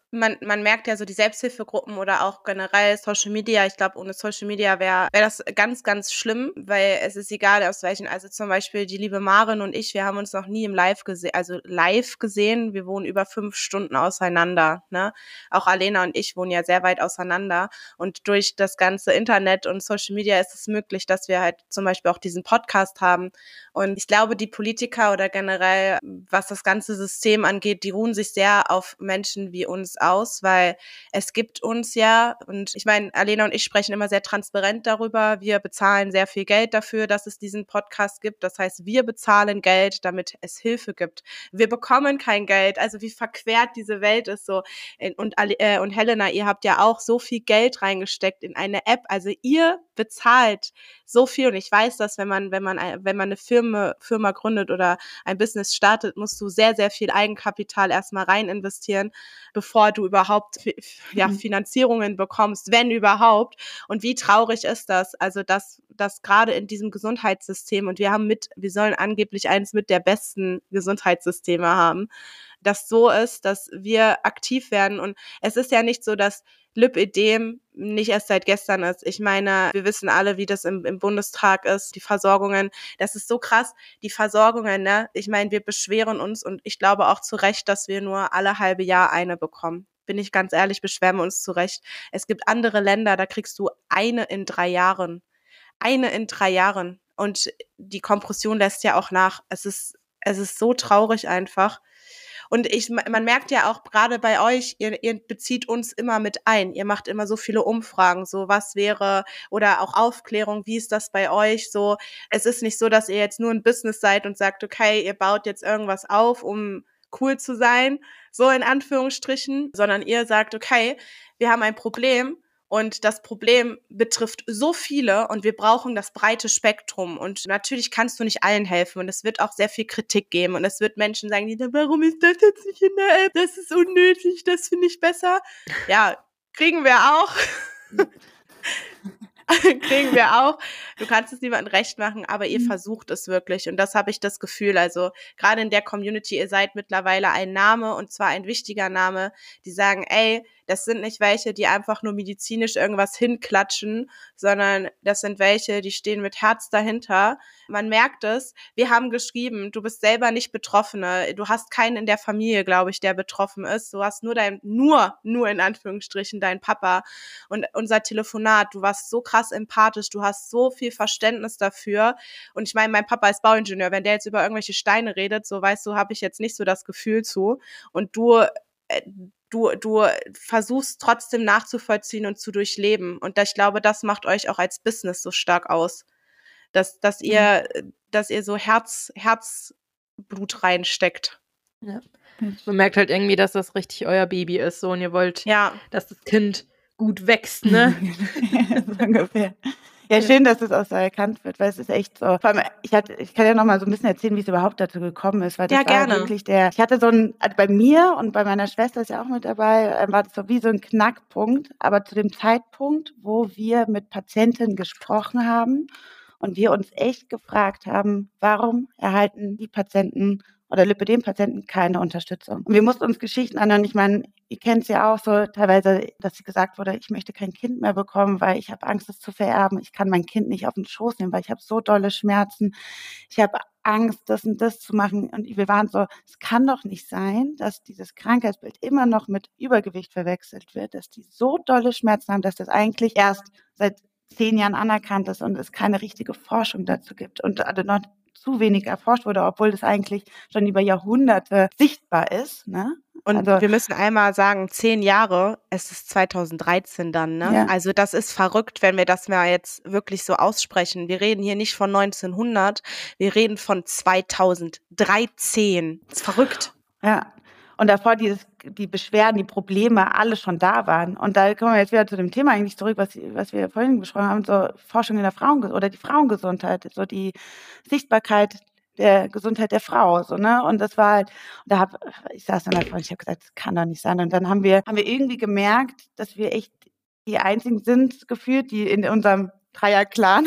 Man, man merkt ja so die Selbsthilfegruppen oder auch generell Social Media. Ich glaube, ohne Social Media wäre wär das ganz, ganz schlimm, weil es ist egal, aus welchen, also zum Beispiel die liebe Maren und ich, wir haben uns noch nie im Live gesehen, also live gesehen. Wir wohnen über fünf Stunden auseinander, ne? Auch Alena und ich wohnen ja sehr weit auseinander. Und durch das ganze Internet und Social Media ist es möglich, dass wir halt zum Beispiel auch diesen Podcast haben. Und ich glaube, die Politiker oder generell, was das ganze System angeht, die ruhen sich sehr auf Menschen wie uns aus, weil es gibt uns ja, und ich meine, Alena und ich sprechen immer sehr transparent darüber, wir bezahlen sehr viel Geld dafür, dass es diesen Podcast gibt. Das heißt, wir bezahlen Geld, damit es Hilfe gibt. Wir bekommen kein Geld, also wie verquert diese Welt ist so. Und, äh, und Helena, ihr habt ja auch so viel Geld reingesteckt in eine App, also ihr bezahlt so viel, und ich weiß, dass wenn man, wenn man, wenn man eine Firma, Firma gründet oder ein Business startet, musst du sehr, sehr viel Eigenkapital erstmal rein investieren, bevor du überhaupt ja, Finanzierungen bekommst, wenn überhaupt. Und wie traurig ist das? Also, dass, dass gerade in diesem Gesundheitssystem, und wir haben mit, wir sollen angeblich eines mit der besten Gesundheitssysteme haben, dass so ist, dass wir aktiv werden. Und es ist ja nicht so, dass Lipödem nicht erst seit gestern ist. Ich meine, wir wissen alle, wie das im, im Bundestag ist, die Versorgungen. Das ist so krass, die Versorgungen, ne? Ich meine, wir beschweren uns, und ich glaube auch zu Recht, dass wir nur alle halbe Jahr eine bekommen. Bin ich ganz ehrlich, beschweren wir uns zu Recht. Es gibt andere Länder, da kriegst du eine in drei Jahren. Eine in drei Jahren. Und die Kompression lässt ja auch nach. Es ist, es ist so traurig einfach. Und ich, man merkt ja auch gerade bei euch, ihr, ihr bezieht uns immer mit ein. Ihr macht immer so viele Umfragen, so was wäre, oder auch Aufklärung, wie ist das bei euch so. Es ist nicht so, dass ihr jetzt nur ein Business seid und sagt, okay, ihr baut jetzt irgendwas auf, um cool zu sein, so in Anführungsstrichen, sondern ihr sagt, okay, wir haben ein Problem. Und das Problem betrifft so viele, und wir brauchen das breite Spektrum. Und natürlich kannst du nicht allen helfen, und es wird auch sehr viel Kritik geben. Und es wird Menschen sagen, die, warum ist das jetzt nicht in der App? Das ist unnötig, das finde ich besser. Ja, kriegen wir auch. kriegen wir auch. Du kannst es niemandem recht machen, aber ihr versucht es wirklich. Und das habe ich das Gefühl. Also gerade in der Community, ihr seid mittlerweile ein Name, und zwar ein wichtiger Name, die sagen, ey, das sind nicht welche, die einfach nur medizinisch irgendwas hinklatschen, sondern das sind welche, die stehen mit Herz dahinter. Man merkt es. Wir haben geschrieben, du bist selber nicht Betroffene. Du hast keinen in der Familie, glaube ich, der betroffen ist. Du hast nur dein, nur, nur in Anführungsstrichen, dein Papa. Und unser Telefonat, du warst so krass empathisch, du hast so viel Verständnis dafür. Und ich meine, mein Papa ist Bauingenieur. Wenn der jetzt über irgendwelche Steine redet, so weißt du, habe ich jetzt nicht so das Gefühl zu. Und du, äh, Du, du versuchst trotzdem nachzuvollziehen und zu durchleben. Und ich glaube, das macht euch auch als Business so stark aus. Dass, dass ihr, mhm. dass ihr so Herz, Herzblut reinsteckt. Ja. Man merkt halt irgendwie, dass das richtig euer Baby ist, so, und ihr wollt, ja. dass das Kind gut wächst, ne? So ungefähr. Ja, schön, dass das auch so erkannt wird, weil es ist echt so. Vor allem, ich hatte, ich kann ja noch mal so ein bisschen erzählen, wie es überhaupt dazu gekommen ist, weil das ja, war gerne. wirklich der, ich hatte so ein, also bei mir und bei meiner Schwester ist ja auch mit dabei, war das so wie so ein Knackpunkt, aber zu dem Zeitpunkt, wo wir mit Patientinnen gesprochen haben und wir uns echt gefragt haben, warum erhalten die Patienten oder Lipödem-Patienten keine Unterstützung. Und wir mussten uns Geschichten anhören. Ich meine, ihr kennt es ja auch so teilweise, dass sie gesagt wurde, ich möchte kein Kind mehr bekommen, weil ich habe Angst, es zu vererben. Ich kann mein Kind nicht auf den Schoß nehmen, weil ich habe so dolle Schmerzen. Ich habe Angst, das und das zu machen. Und wir waren so, es kann doch nicht sein, dass dieses Krankheitsbild immer noch mit Übergewicht verwechselt wird, dass die so dolle Schmerzen haben, dass das eigentlich erst seit zehn Jahren anerkannt ist und es keine richtige Forschung dazu gibt. Und also noch zu wenig erforscht wurde, obwohl das eigentlich schon über Jahrhunderte sichtbar ist. Ne? Und also, wir müssen einmal sagen, zehn Jahre, es ist zweitausenddreizehn dann, ne? Ja. Also das ist verrückt, wenn wir das mal jetzt wirklich so aussprechen. Wir reden hier nicht von neunzehnhundert, wir reden von zweitausenddreizehn. Das ist verrückt. Ja. Und davor dieses, die Beschwerden, die Probleme, alle schon da waren. Und da kommen wir jetzt wieder zu dem Thema eigentlich zurück, was, was wir vorhin besprochen haben, so Forschung in der Frauen- oder die Frauengesundheit, so die Sichtbarkeit der Gesundheit der Frau, so, ne? Und das war halt, da hab, ich saß dann davor und ich habe gesagt, das kann doch nicht sein. Und dann haben wir, haben wir irgendwie gemerkt, dass wir echt die einzigen sind, gefühlt, die in unserem Dreier-Clan,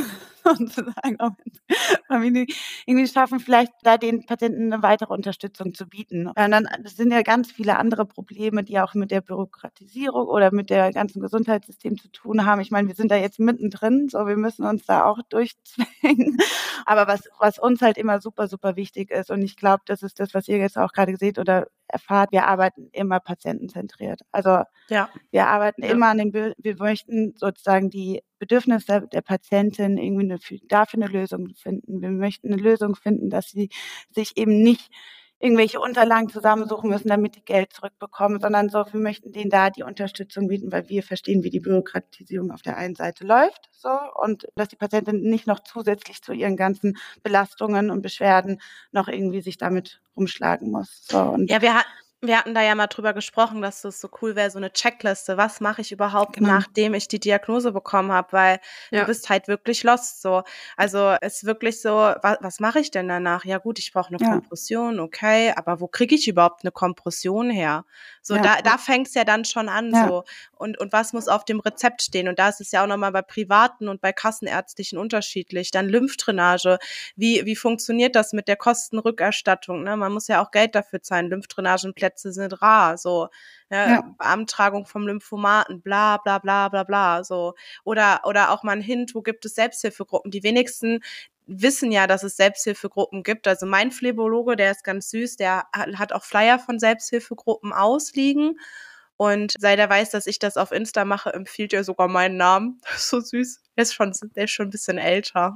sozusagen, auch wenn Familien irgendwie schaffen, vielleicht da den Patienten eine weitere Unterstützung zu bieten. Und dann das sind ja ganz viele andere Probleme, die auch mit der Bürokratisierung oder mit der ganzen Gesundheitssystem zu tun haben. Ich meine, wir sind da jetzt mittendrin, so wir müssen uns da auch durchzwingen. Aber was, was uns halt immer super, super wichtig ist, und ich glaube, das ist das, was ihr jetzt auch gerade seht oder erfahrt, wir arbeiten immer patientenzentriert. Also Ja. wir arbeiten Ja. immer an dem, Be- wir möchten sozusagen die Bedürfnisse der Patientin irgendwie eine, dafür eine Lösung finden. Wir möchten eine Lösung finden, dass sie sich eben nicht irgendwelche Unterlagen zusammensuchen müssen, damit die Geld zurückbekommen, sondern so, wir möchten denen da die Unterstützung bieten, weil wir verstehen, wie die Bürokratisierung auf der einen Seite läuft, so, und dass die Patientin nicht noch zusätzlich zu ihren ganzen Belastungen und Beschwerden noch irgendwie sich damit rumschlagen muss. So, und Ja, wir, hat, wir hatten da ja mal drüber gesprochen, dass das so cool wäre, so eine Checkliste. Was mache ich überhaupt, Genau. nachdem ich die Diagnose bekommen habe? Weil Ja. du bist halt wirklich lost. So. Also es ist wirklich so, was, was mache ich denn danach? Ja gut, ich brauche eine Ja. Kompression, okay, aber wo kriege ich überhaupt eine Kompression her? So, Ja. da, da fängt es ja dann schon an. Ja. So. Und, und was muss auf dem Rezept stehen? Und da ist es ja auch nochmal bei privaten und bei kassenärztlichen unterschiedlich. Dann Lymphdrainage. Wie, wie funktioniert das mit der Kostenrückerstattung? Ne? Man muss ja auch Geld dafür zahlen. Lymphdrainagenplätze sind rar. So, ne? Ja. Beantragung vom Lymphomaten, bla bla bla bla bla. So. Oder, oder auch mal ein Hint, wo gibt es Selbsthilfegruppen? Die wenigsten wissen ja, dass es Selbsthilfegruppen gibt. Also mein Phlebologe, der ist ganz süß, der hat auch Flyer von Selbsthilfegruppen ausliegen. Und seit er weiß, dass ich das auf Insta mache, empfiehlt er sogar meinen Namen. Das ist so süß. Der ist schon, der ist schon ein bisschen älter.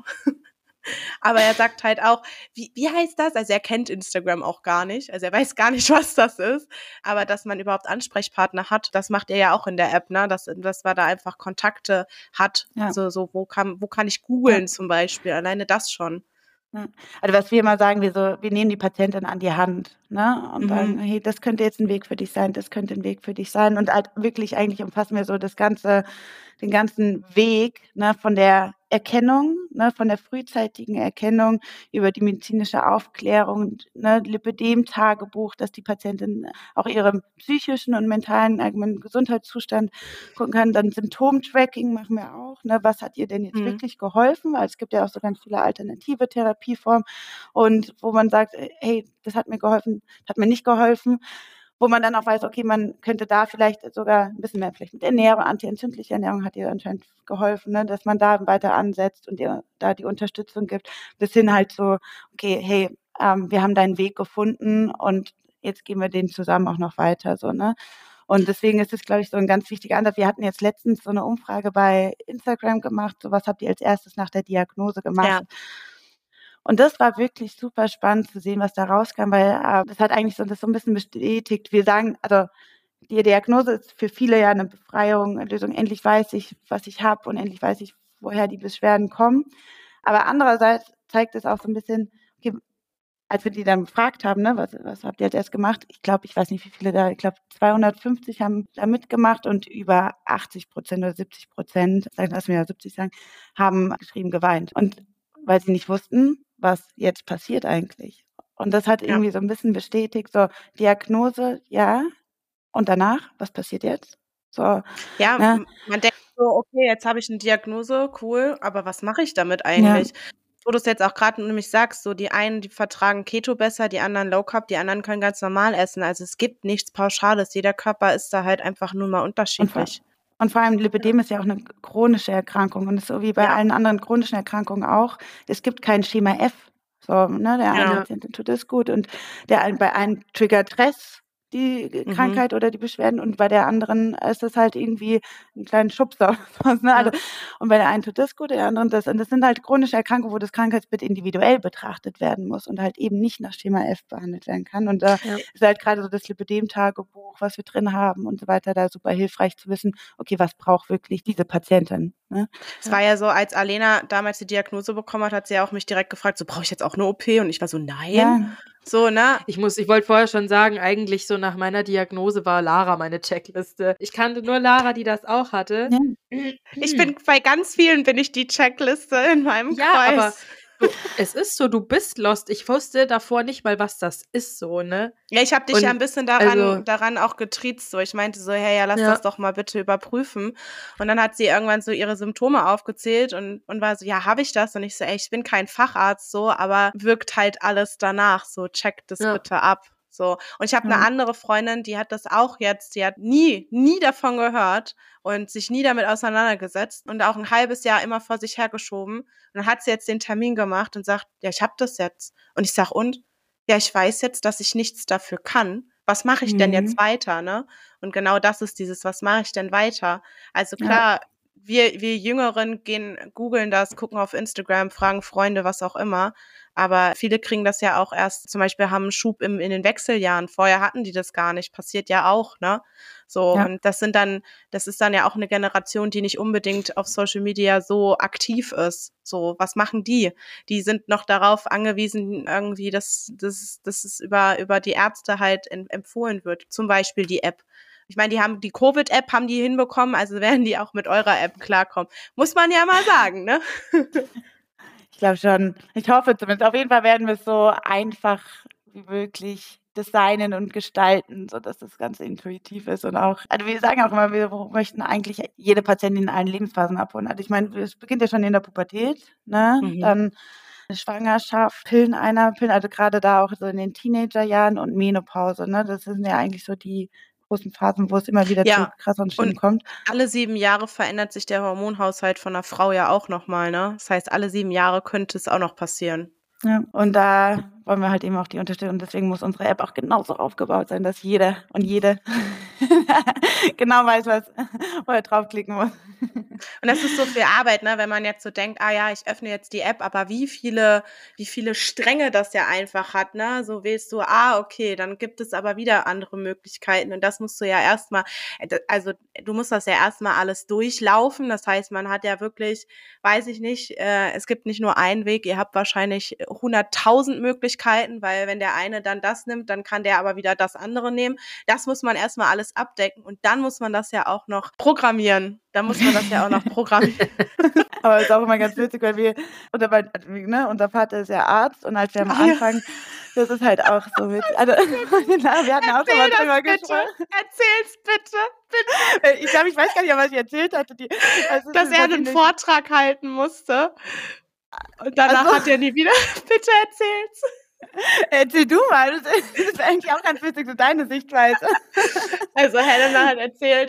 Aber er sagt halt auch, wie, wie heißt das? Also er kennt Instagram auch gar nicht. Also er weiß gar nicht, was das ist. Aber dass man überhaupt Ansprechpartner hat, das macht er ja auch in der App, ne? Dass, dass man da einfach Kontakte hat. Ja. So, so wo kann, wo kann ich googeln zum Beispiel? Alleine das schon. Ja. Also was wir immer sagen, wir so, wir nehmen die Patientin an die Hand, ne? Und Mhm. sagen, hey, das könnte jetzt ein Weg für dich sein, das könnte ein Weg für dich sein. Und halt wirklich eigentlich umfassen wir so das ganze, den ganzen Weg, ne, von der Erkennung, ne, von der frühzeitigen Erkennung über die medizinische Aufklärung, ne, Lipödem-Tagebuch, dass die Patientin auch ihren psychischen und mentalen allgemeinen Gesundheitszustand gucken kann. Dann Symptomtracking machen wir auch, ne, was hat ihr denn jetzt Mhm. wirklich geholfen? Weil es gibt ja auch so ganz viele alternative Therapieformen und wo man sagt, hey, das hat mir geholfen, das hat mir nicht geholfen. Wo man dann auch weiß, okay, man könnte da vielleicht sogar ein bisschen mehr vielleicht mit Ernährung, antientzündliche Ernährung hat ihr anscheinend geholfen, ne, dass man da weiter ansetzt und ihr da die Unterstützung gibt, bis hin halt so, okay, hey, ähm, wir haben deinen Weg gefunden und jetzt gehen wir den zusammen auch noch weiter, so, ne. Und deswegen ist es, glaube ich, so ein ganz wichtiger Ansatz. Wir hatten jetzt letztens so eine Umfrage bei Instagram gemacht, so was habt ihr als erstes nach der Diagnose gemacht? Ja. Und das war wirklich super spannend zu sehen, was da rauskam, weil äh, das hat eigentlich so, das so ein bisschen bestätigt. Wir sagen, also die Diagnose ist für viele ja eine Befreiung, eine Lösung. Endlich weiß ich, was ich habe und endlich weiß ich, woher die Beschwerden kommen. Aber andererseits zeigt es auch so ein bisschen, okay, als wir die dann gefragt haben, ne, was, was habt ihr als erst gemacht? Ich glaube, ich weiß nicht, wie viele da, ich glaube, zweihundertfünfzig haben da mitgemacht und über achtzig Prozent oder siebzig Prozent, lass mir ja siebzig sagen, haben geschrieben, geweint. Und weil sie nicht wussten, was jetzt passiert eigentlich. Und das hat Ja. irgendwie so ein bisschen bestätigt, so Diagnose, ja, und danach, was passiert jetzt? So, Ja, ne? m- man denkt so, okay, jetzt habe ich eine Diagnose, cool, aber was mache ich damit eigentlich? Wo du es jetzt auch gerade nämlich sagst, so die einen, die vertragen Keto besser, die anderen Low Carb, die anderen können ganz normal essen. Also es gibt nichts Pauschales. Jeder Körper ist da halt einfach nur mal Und vor, unterschiedlich. und vor allem Lipödem ist ja auch eine chronische Erkrankung und ist so wie bei Ja. allen anderen chronischen Erkrankungen auch. Es gibt kein Schema F. So, ne, der einen Ja. Patientin tut es gut und der ein- bei einem triggert Stress die Mhm. Krankheit oder die Beschwerden und bei der anderen ist es halt irgendwie ein kleiner Schubser. oder sowas, ne? Also, Ja. und bei der einen tut das gut, der anderen das. Und das sind halt chronische Erkrankungen, wo das Krankheitsbild individuell betrachtet werden muss und halt eben nicht nach Schema F behandelt werden kann. Und da Ja. ist halt gerade so das Lipödem-Tagebuch, was wir drin haben und so weiter, da super hilfreich zu wissen, okay, was braucht wirklich diese Patientin? Ne? Es war ja so, als Alena damals die Diagnose bekommen hat, hat sie ja auch mich direkt gefragt, so brauche ich jetzt auch eine O P? Und ich war so, nein. Ja, So, ne? Ich muss, ich wollte vorher schon sagen, eigentlich so nach meiner Diagnose war Lara meine Checkliste. Ich kannte nur Lara, die das auch hatte. ja. Ich bin bei ganz vielen bin ich die Checkliste in meinem Ja, aber Kreis. Du, es ist so, du bist lost. Ich wusste davor nicht mal, was das ist so, ne? Ja, ich habe dich Und ja ein bisschen daran, also, daran auch getriezt. So. Ich meinte so, hey, ja, lass ja, das doch mal bitte überprüfen. Und dann hat sie irgendwann so ihre Symptome aufgezählt und, und war so, ja, habe ich das? Und ich so, ey, ich bin kein Facharzt so, aber wirkt halt alles danach. So, check das ja, bitte ab. So. Und ich habe eine Ja. andere Freundin, die hat das auch jetzt, die hat nie, nie davon gehört und sich nie damit auseinandergesetzt und auch ein halbes Jahr immer vor sich hergeschoben. Und dann hat sie jetzt den Termin gemacht und sagt, ja, ich habe das jetzt. Und ich sag, und? Ja, ich weiß jetzt, dass ich nichts dafür kann. Was mache ich denn jetzt Mhm. weiter, ne? Und genau das ist dieses, was mache ich denn weiter? Also Ja. klar, wir, wir Jüngeren gehen, googeln das, gucken auf Instagram, fragen Freunde, was auch immer. Aber viele kriegen das ja auch erst, zum Beispiel haben einen Schub im, in den Wechseljahren. Vorher hatten die das gar nicht. Passiert ja auch, ne? So, Ja. und das sind dann, das ist dann ja auch eine Generation, die nicht unbedingt auf Social Media so aktiv ist. So, was machen die? Die sind noch darauf angewiesen, irgendwie, dass, dass, dass es über, über die Ärzte halt in, empfohlen wird. Zum Beispiel die App. Ich meine, die haben die Covid-App haben die hinbekommen, also werden die auch mit eurer App klarkommen. Muss man ja mal sagen, ne? Ich glaube schon. Ich hoffe zumindest. Auf jeden Fall werden wir es so einfach wie möglich designen und gestalten, sodass das Ganze intuitiv ist und auch, also wir sagen auch immer, wir möchten eigentlich jede Patientin in allen Lebensphasen abholen. Also ich meine, es beginnt ja schon in der Pubertät, ne? Mhm. Dann eine Schwangerschaft, Pillen einer, Pillen, also gerade da auch so in den Teenagerjahren und Menopause, ne? Das sind ja eigentlich so die großen Phasen, wo es immer wieder Ja, zu krasseren Stimmen und kommt. alle sieben Jahre verändert sich der Hormonhaushalt von einer Frau ja auch nochmal, ne? Das heißt, alle sieben Jahre könnte es auch noch passieren. Ja, und da wollen wir halt eben auch die Unterstützung. Und deswegen muss unsere App auch genauso aufgebaut sein, dass jeder und jede genau weiß, was, wo er draufklicken muss. Und das ist so viel Arbeit, ne, wenn man jetzt so denkt, ah ja, ich öffne jetzt die App, aber wie viele, wie viele Stränge das ja einfach hat, ne? So wählst du, ah, okay, dann gibt es aber wieder andere Möglichkeiten. Und das musst du ja erstmal, also du musst das ja erstmal alles durchlaufen. Das heißt, man hat ja wirklich, weiß ich nicht, äh, es gibt nicht nur einen Weg, ihr habt wahrscheinlich hunderttausend Möglichkeiten, weil wenn der eine dann das nimmt, dann kann der aber wieder das andere nehmen. Das muss man erstmal alles abdecken und dann muss man das ja auch noch programmieren. Da muss man das ja auch noch programmieren. Aber es ist auch immer ganz witzig, weil wir, unser, ne, unser Vater ist ja Arzt und als wir am Ah, ja. Anfang, das ist halt auch so witzig. Also, wir hatten auch schon mal Erzähl drüber das bitte. gesprochen. Erzähl's bitte. Bitte. Ich glaube, ich weiß gar nicht, was ich erzählt hatte. Die, also, Dass er einen Vortrag halten musste. Und danach Also, hat er nie wieder. Bitte erzähl's. Erzähl du mal, das ist, das ist eigentlich auch ganz witzig, so deine Sichtweise. Also Helena hat erzählt,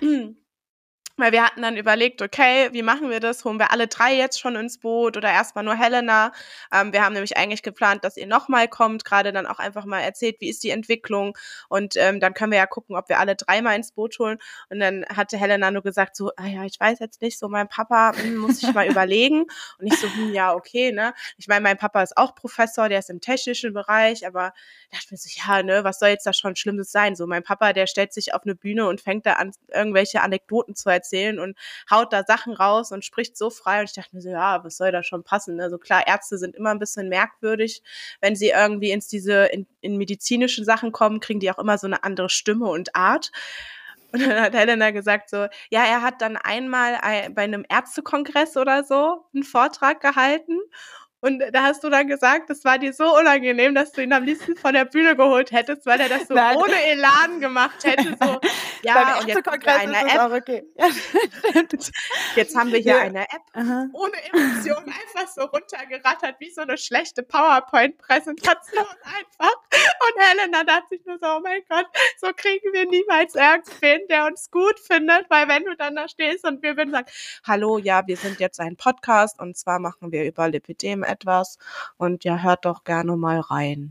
weil wir hatten dann überlegt, okay, wie machen wir das? Holen wir alle drei jetzt schon ins Boot oder erstmal nur Helena? Ähm, wir haben nämlich eigentlich geplant, dass ihr nochmal kommt, gerade dann auch einfach mal erzählt, wie ist die Entwicklung und ähm, dann können wir ja gucken, ob wir alle drei mal ins Boot holen. Und dann hatte Helena nur gesagt so, ah ja, ich weiß jetzt nicht, so mein Papa, hm, muss ich mal überlegen. Und ich so, hm, ja, okay, ne? Ich meine, mein Papa ist auch Professor, der ist im technischen Bereich, aber ich dachte mir so, ja, ne, was soll jetzt da schon Schlimmes sein? So mein Papa, der stellt sich auf eine Bühne und fängt da an, irgendwelche Anekdoten zu erzählen. erzählen und haut da Sachen raus und spricht so frei und ich dachte mir so, ja, was soll da schon passen? Also klar, Ärzte sind immer ein bisschen merkwürdig, wenn sie irgendwie ins diese in, in medizinische Sachen kommen, kriegen die auch immer so eine andere Stimme und Art. Und dann hat Helena gesagt so, ja, er hat dann einmal bei einem Ärztekongress oder so einen Vortrag gehalten. Und da hast du dann gesagt, das war dir so unangenehm, dass du ihn am liebsten von der Bühne geholt hättest, weil er das so Nein. ohne Elan gemacht hätte. So, ja, und jetzt haben wir eine App. Auch okay. Ja, jetzt haben wir hier ja. eine App, Aha. ohne Emotionen, einfach so runtergerattert, wie so eine schlechte PowerPoint-Präsentation einfach. Und Helena dachte sich nur so, oh mein Gott, so kriegen wir niemals irgendwen, der uns gut findet, weil wenn du dann da stehst und wir würden sagen, hallo, ja, wir sind jetzt ein Podcast und zwar machen wir über Lipidem etwas und ja, hört doch gerne mal rein.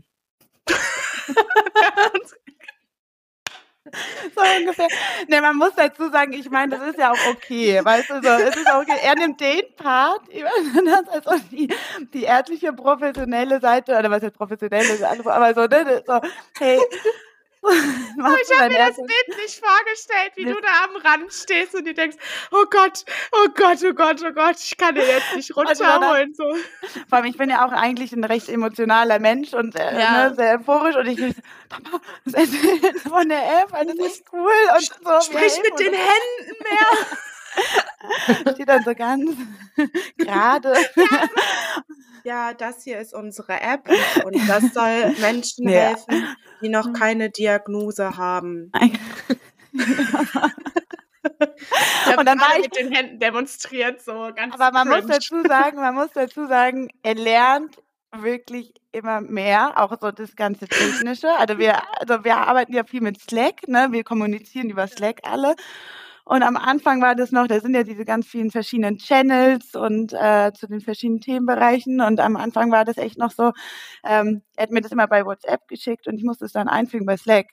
So ungefähr. Ne, man muss dazu sagen, ich meine, das ist ja auch okay, weißt du, so, es ist auch okay. Er nimmt den Part, das also die, die ärztliche professionelle Seite, oder was heißt professionelle, aber so, ne, so, hey, oh, ich habe mir das Bild nicht vorgestellt, wie du da am Rand stehst und du denkst, oh Gott, oh Gott, oh Gott, oh Gott, ich kann dir jetzt nicht runterholen. So. Vor allem, ich bin ja auch eigentlich ein recht emotionaler Mensch und äh, ja. ne, sehr euphorisch und ich will so, Papa, das erzählt jetzt von der App, das ist echt cool. Und so, sprich mit den Händen mehr. Steht dann so ganz gerade. Ja. ja, das hier ist unsere App und das soll Menschen Ja. helfen, die noch keine Diagnose haben. Ich habe Und dann war gerade ich- mit den Händen demonstriert, so ganz Aber man muss cringe. dazu sagen, man muss dazu sagen, er lernt wirklich immer mehr, auch so das ganze Technische. Also wir, also wir arbeiten ja viel mit Slack, ne? Wir kommunizieren über Slack alle. Und am Anfang war das noch, da sind ja diese ganz vielen verschiedenen Channels und äh, zu den verschiedenen Themenbereichen. Und am Anfang war das echt noch so, ähm, er hat mir das immer bei WhatsApp geschickt und ich musste es dann einfügen bei Slack.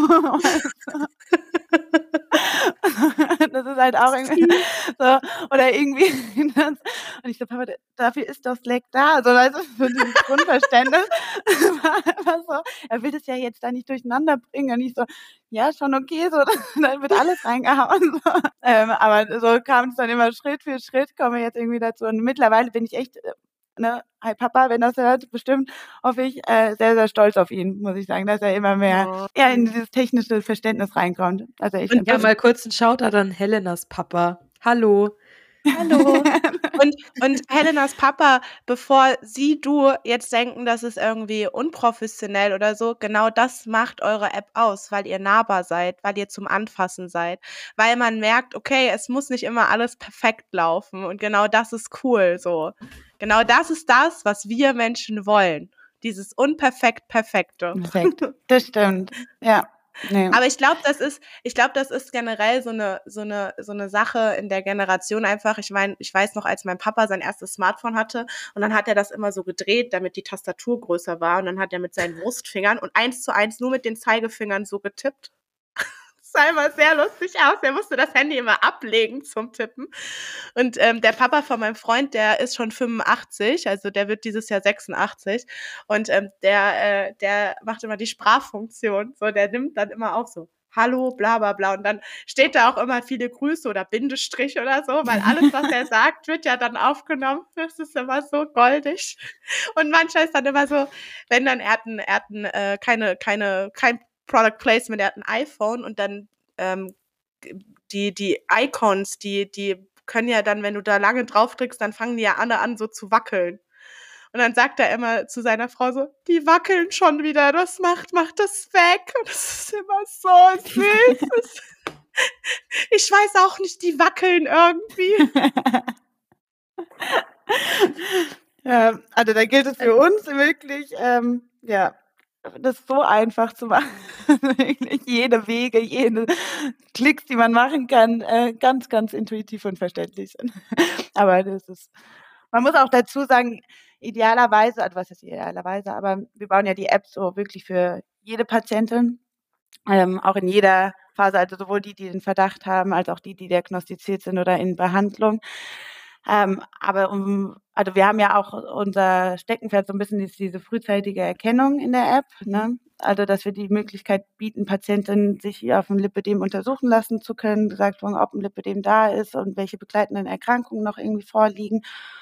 Das ist halt auch irgendwie so, oder irgendwie, das, und ich so, Papa, dafür ist doch Slack da, so, weißt du, für dieses Grundverständnis, war einfach so, er will das ja jetzt da nicht durcheinander bringen, und ich so, ja, schon okay, so, dann wird alles reingehauen, so. Ähm, aber so kam es dann immer Schritt für Schritt, komme ich jetzt irgendwie dazu, und mittlerweile bin ich echt, ne, hi Papa, wenn das hört, bestimmt, hoffe ich, äh, sehr, sehr stolz auf ihn, muss ich sagen, dass er immer mehr Oh. ja, in dieses technische Verständnis reinkommt. Also ich Und ja, mal kurz einen Shoutout an Helenas Papa. Hallo. Hallo. Und, und Helenas Papa, bevor sie, du jetzt denken, das ist irgendwie unprofessionell oder so, genau das macht eure App aus, weil ihr nahbar seid, weil ihr zum Anfassen seid, weil man merkt, okay, es muss nicht immer alles perfekt laufen und genau das ist cool, so. Genau das ist das, was wir Menschen wollen. Dieses unperfekt Perfekte. Perfekt. Das stimmt. Ja. Nee. Aber ich glaube, das ist, ich glaube, das ist generell so eine, so eine, so eine Sache in der Generation einfach. Ich meine, ich weiß noch, als mein Papa sein erstes Smartphone hatte und dann hat er das immer so gedreht, damit die Tastatur größer war und dann hat er mit seinen Wurstfingern und eins zu eins nur mit den Zeigefingern so getippt. Das sah immer sehr lustig aus. Er musste das Handy immer ablegen zum Tippen. Und ähm, der Papa von meinem Freund, der ist schon fünfundachtzig, also der wird dieses Jahr sechsundachtzig. Und ähm, der, äh, der macht immer die Sprachfunktion. So, der nimmt dann immer auch so Hallo, bla bla bla. Und dann steht da auch immer viele Grüße oder Bindestrich oder so, weil alles, was er sagt, wird ja dann aufgenommen. Das ist immer so goldig. Und manchmal ist dann immer so, wenn dann er hat, ein, er hat ein, äh, keine, keine, kein Product Placement, er hat ein iPhone und dann ähm, die, die Icons, die, die können ja dann, wenn du da lange drauf drückst, dann fangen die ja alle an, so zu wackeln. Und dann sagt er immer zu seiner Frau so, die wackeln schon wieder, das macht, macht das weg. Und das ist immer so süß. Ich weiß auch nicht, die wackeln irgendwie. Ja, also da gilt es für uns wirklich, ähm, ja, das so einfach zu machen. Wirklich jede Wege, jede Klicks, die man machen kann, äh, ganz, ganz intuitiv und verständlich sind. Aber das ist, man muss auch dazu sagen, idealerweise, also was ist idealerweise, aber wir bauen ja die App so wirklich für jede Patientin, ähm, auch in jeder Phase, also sowohl die, die den Verdacht haben, als auch die, die diagnostiziert sind oder in Behandlung. Ähm, aber um, also wir haben ja auch unser Steckenpferd so ein bisschen ist diese frühzeitige Erkennung in der App, ne? Also dass wir die Möglichkeit bieten, Patientinnen sich auf ein Lipödem untersuchen lassen zu können, gesagt worden, ob ein Lipödem da ist und welche begleitenden Erkrankungen noch irgendwie vorliegen.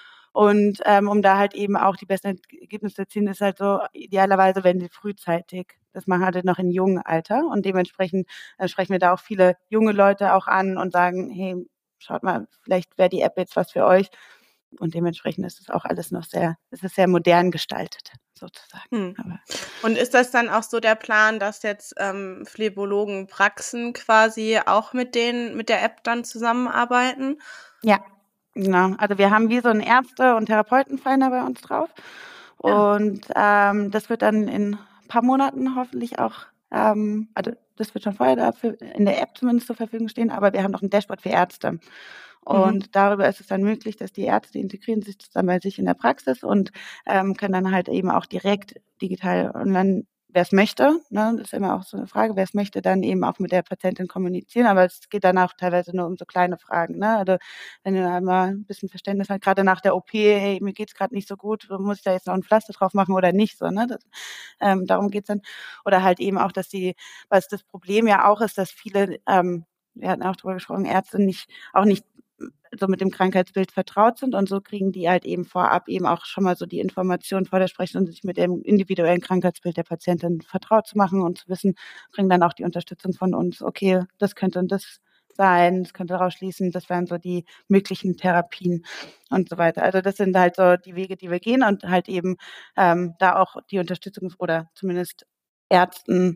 Und ähm, um da halt eben auch die besten Ergebnisse zu erzielen, ist halt so idealerweise, wenn sie frühzeitig das machen, halt noch in jungen Alter. Und dementsprechend äh, sprechen wir da auch viele junge Leute auch an und sagen, hey, schaut mal, vielleicht wäre die App jetzt was für euch. Und dementsprechend ist es auch alles noch sehr, es ist sehr modern gestaltet, sozusagen. Hm. Aber Und ist das dann auch so der Plan, dass jetzt ähm, Phlebologen Praxen quasi auch mit denen, mit der App dann zusammenarbeiten? ja, genau. Also wir haben wie so einen Ärzte- und Therapeutenfinder bei uns drauf. Ja. Und ähm, das wird dann in ein paar Monaten hoffentlich auch, ähm, also das wird schon vorher dafür in der App zumindest zur Verfügung stehen, aber wir haben noch ein Dashboard für Ärzte. Und Mhm. darüber ist es dann möglich, dass die Ärzte integrieren sich zusammen bei sich in der Praxis und ähm, können dann halt eben auch direkt digital online, wer es möchte, ne, das ist immer auch so eine Frage, wer es möchte, dann eben auch mit der Patientin kommunizieren, aber es geht dann auch teilweise nur um so kleine Fragen, ne, also wenn du einmal ein bisschen Verständnis hast, gerade nach der O P, hey, mir geht's gerade nicht so gut, muss ich da jetzt noch ein Pflaster drauf machen oder nicht, so, ne, das, ähm, darum geht's dann, oder halt eben auch, dass die, was das Problem ja auch ist, dass viele, ähm, wir hatten auch drüber gesprochen, Ärzte nicht, auch nicht so mit dem Krankheitsbild vertraut sind und so kriegen die halt eben vorab eben auch schon mal so die Informationen vor der Sprechstunde, sich mit dem individuellen Krankheitsbild der Patientin vertraut zu machen und zu wissen, kriegen dann auch die Unterstützung von uns, okay, das könnte und das sein, es könnte daraus schließen, das wären so die möglichen Therapien und so weiter. Also das sind halt so die Wege, die wir gehen und halt eben ähm, da auch die Unterstützung oder zumindest Ärzten,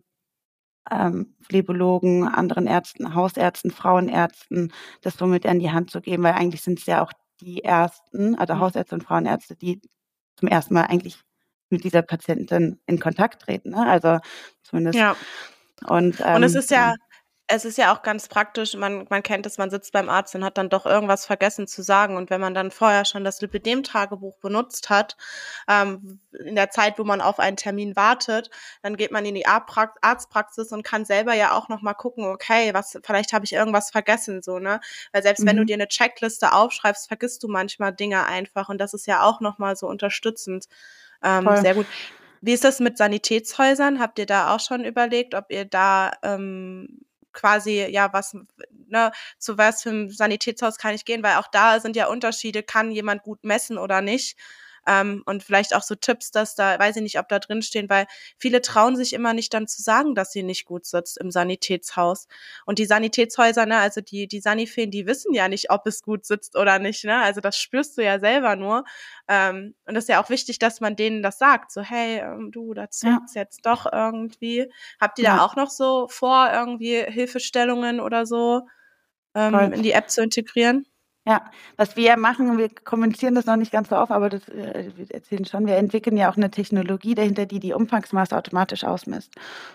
ähm, Phlebologen, anderen Ärzten, Hausärzten, Frauenärzten, das somit an die Hand zu geben, weil eigentlich sind es ja auch die Ersten, also Mhm. Hausärzte und Frauenärzte, die zum ersten Mal eigentlich mit dieser Patientin in Kontakt treten, ne? Also zumindest Ja. und, ähm, Und es ist ja, genau. es ist ja auch ganz praktisch, man, man kennt es, man sitzt beim Arzt und hat dann doch irgendwas vergessen zu sagen. Und wenn man dann vorher schon das Lipidem-Tagebuch benutzt hat, ähm, in der Zeit, wo man auf einen Termin wartet, dann geht man in die Arztprax- Arztpraxis und kann selber ja auch nochmal gucken, okay, was, vielleicht habe ich irgendwas vergessen, so, ne? Weil selbst wenn du Mhm. dir eine Checkliste aufschreibst, vergisst du manchmal Dinge einfach. Und das ist ja auch nochmal so unterstützend. Ähm, Voll. sehr gut. Wie ist das mit Sanitätshäusern? Habt ihr da auch schon überlegt, ob ihr da ähm, quasi, ja, was, ne, zu was für ein Sanitätshaus kann ich gehen? Weil auch da sind ja Unterschiede, kann jemand gut messen oder nicht? Ähm, und vielleicht auch so Tipps, dass da, weiß ich nicht, ob da drin stehen, weil viele trauen sich immer nicht dann zu sagen, dass sie nicht gut sitzt im Sanitätshaus. Und die Sanitätshäuser, ne, also die, die Sanifeen, die wissen ja nicht, ob es gut sitzt oder nicht, ne? Also das spürst du ja selber nur. Ähm, und das ist ja auch wichtig, dass man denen das sagt. So, hey, ähm, du, da Ja. zwickt's jetzt doch irgendwie. Habt ihr da Ja. auch noch so vor, irgendwie Hilfestellungen oder so ähm, Voll. in die App zu integrieren? Ja, was wir machen, wir kommunizieren das noch nicht ganz so oft, aber das äh, wir erzählen schon, wir entwickeln ja auch eine Technologie dahinter, die die Umfangsmaße automatisch ausmisst.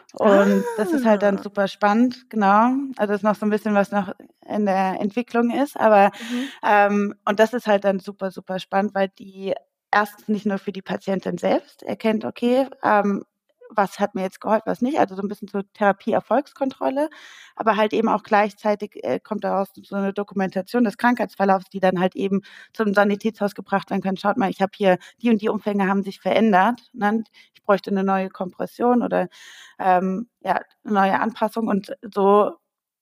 Und das ist halt dann Ah. super spannend, genau. Also ist noch so ein bisschen, was noch in der Entwicklung ist, aber Mhm. ähm, und das ist halt dann super, super spannend, weil die erstens nicht nur für die Patientin selbst erkennt, okay, ähm, was hat mir jetzt geholfen, was nicht, also so ein bisschen so Therapie-Erfolgskontrolle, aber halt eben auch gleichzeitig äh, kommt daraus so eine Dokumentation des Krankheitsverlaufs, die dann halt eben zum Sanitätshaus gebracht werden kann. Schaut mal, ich habe hier die und die Umfänge haben sich verändert. Ne? Ich bräuchte eine neue Kompression oder ähm, ja, eine neue Anpassung und so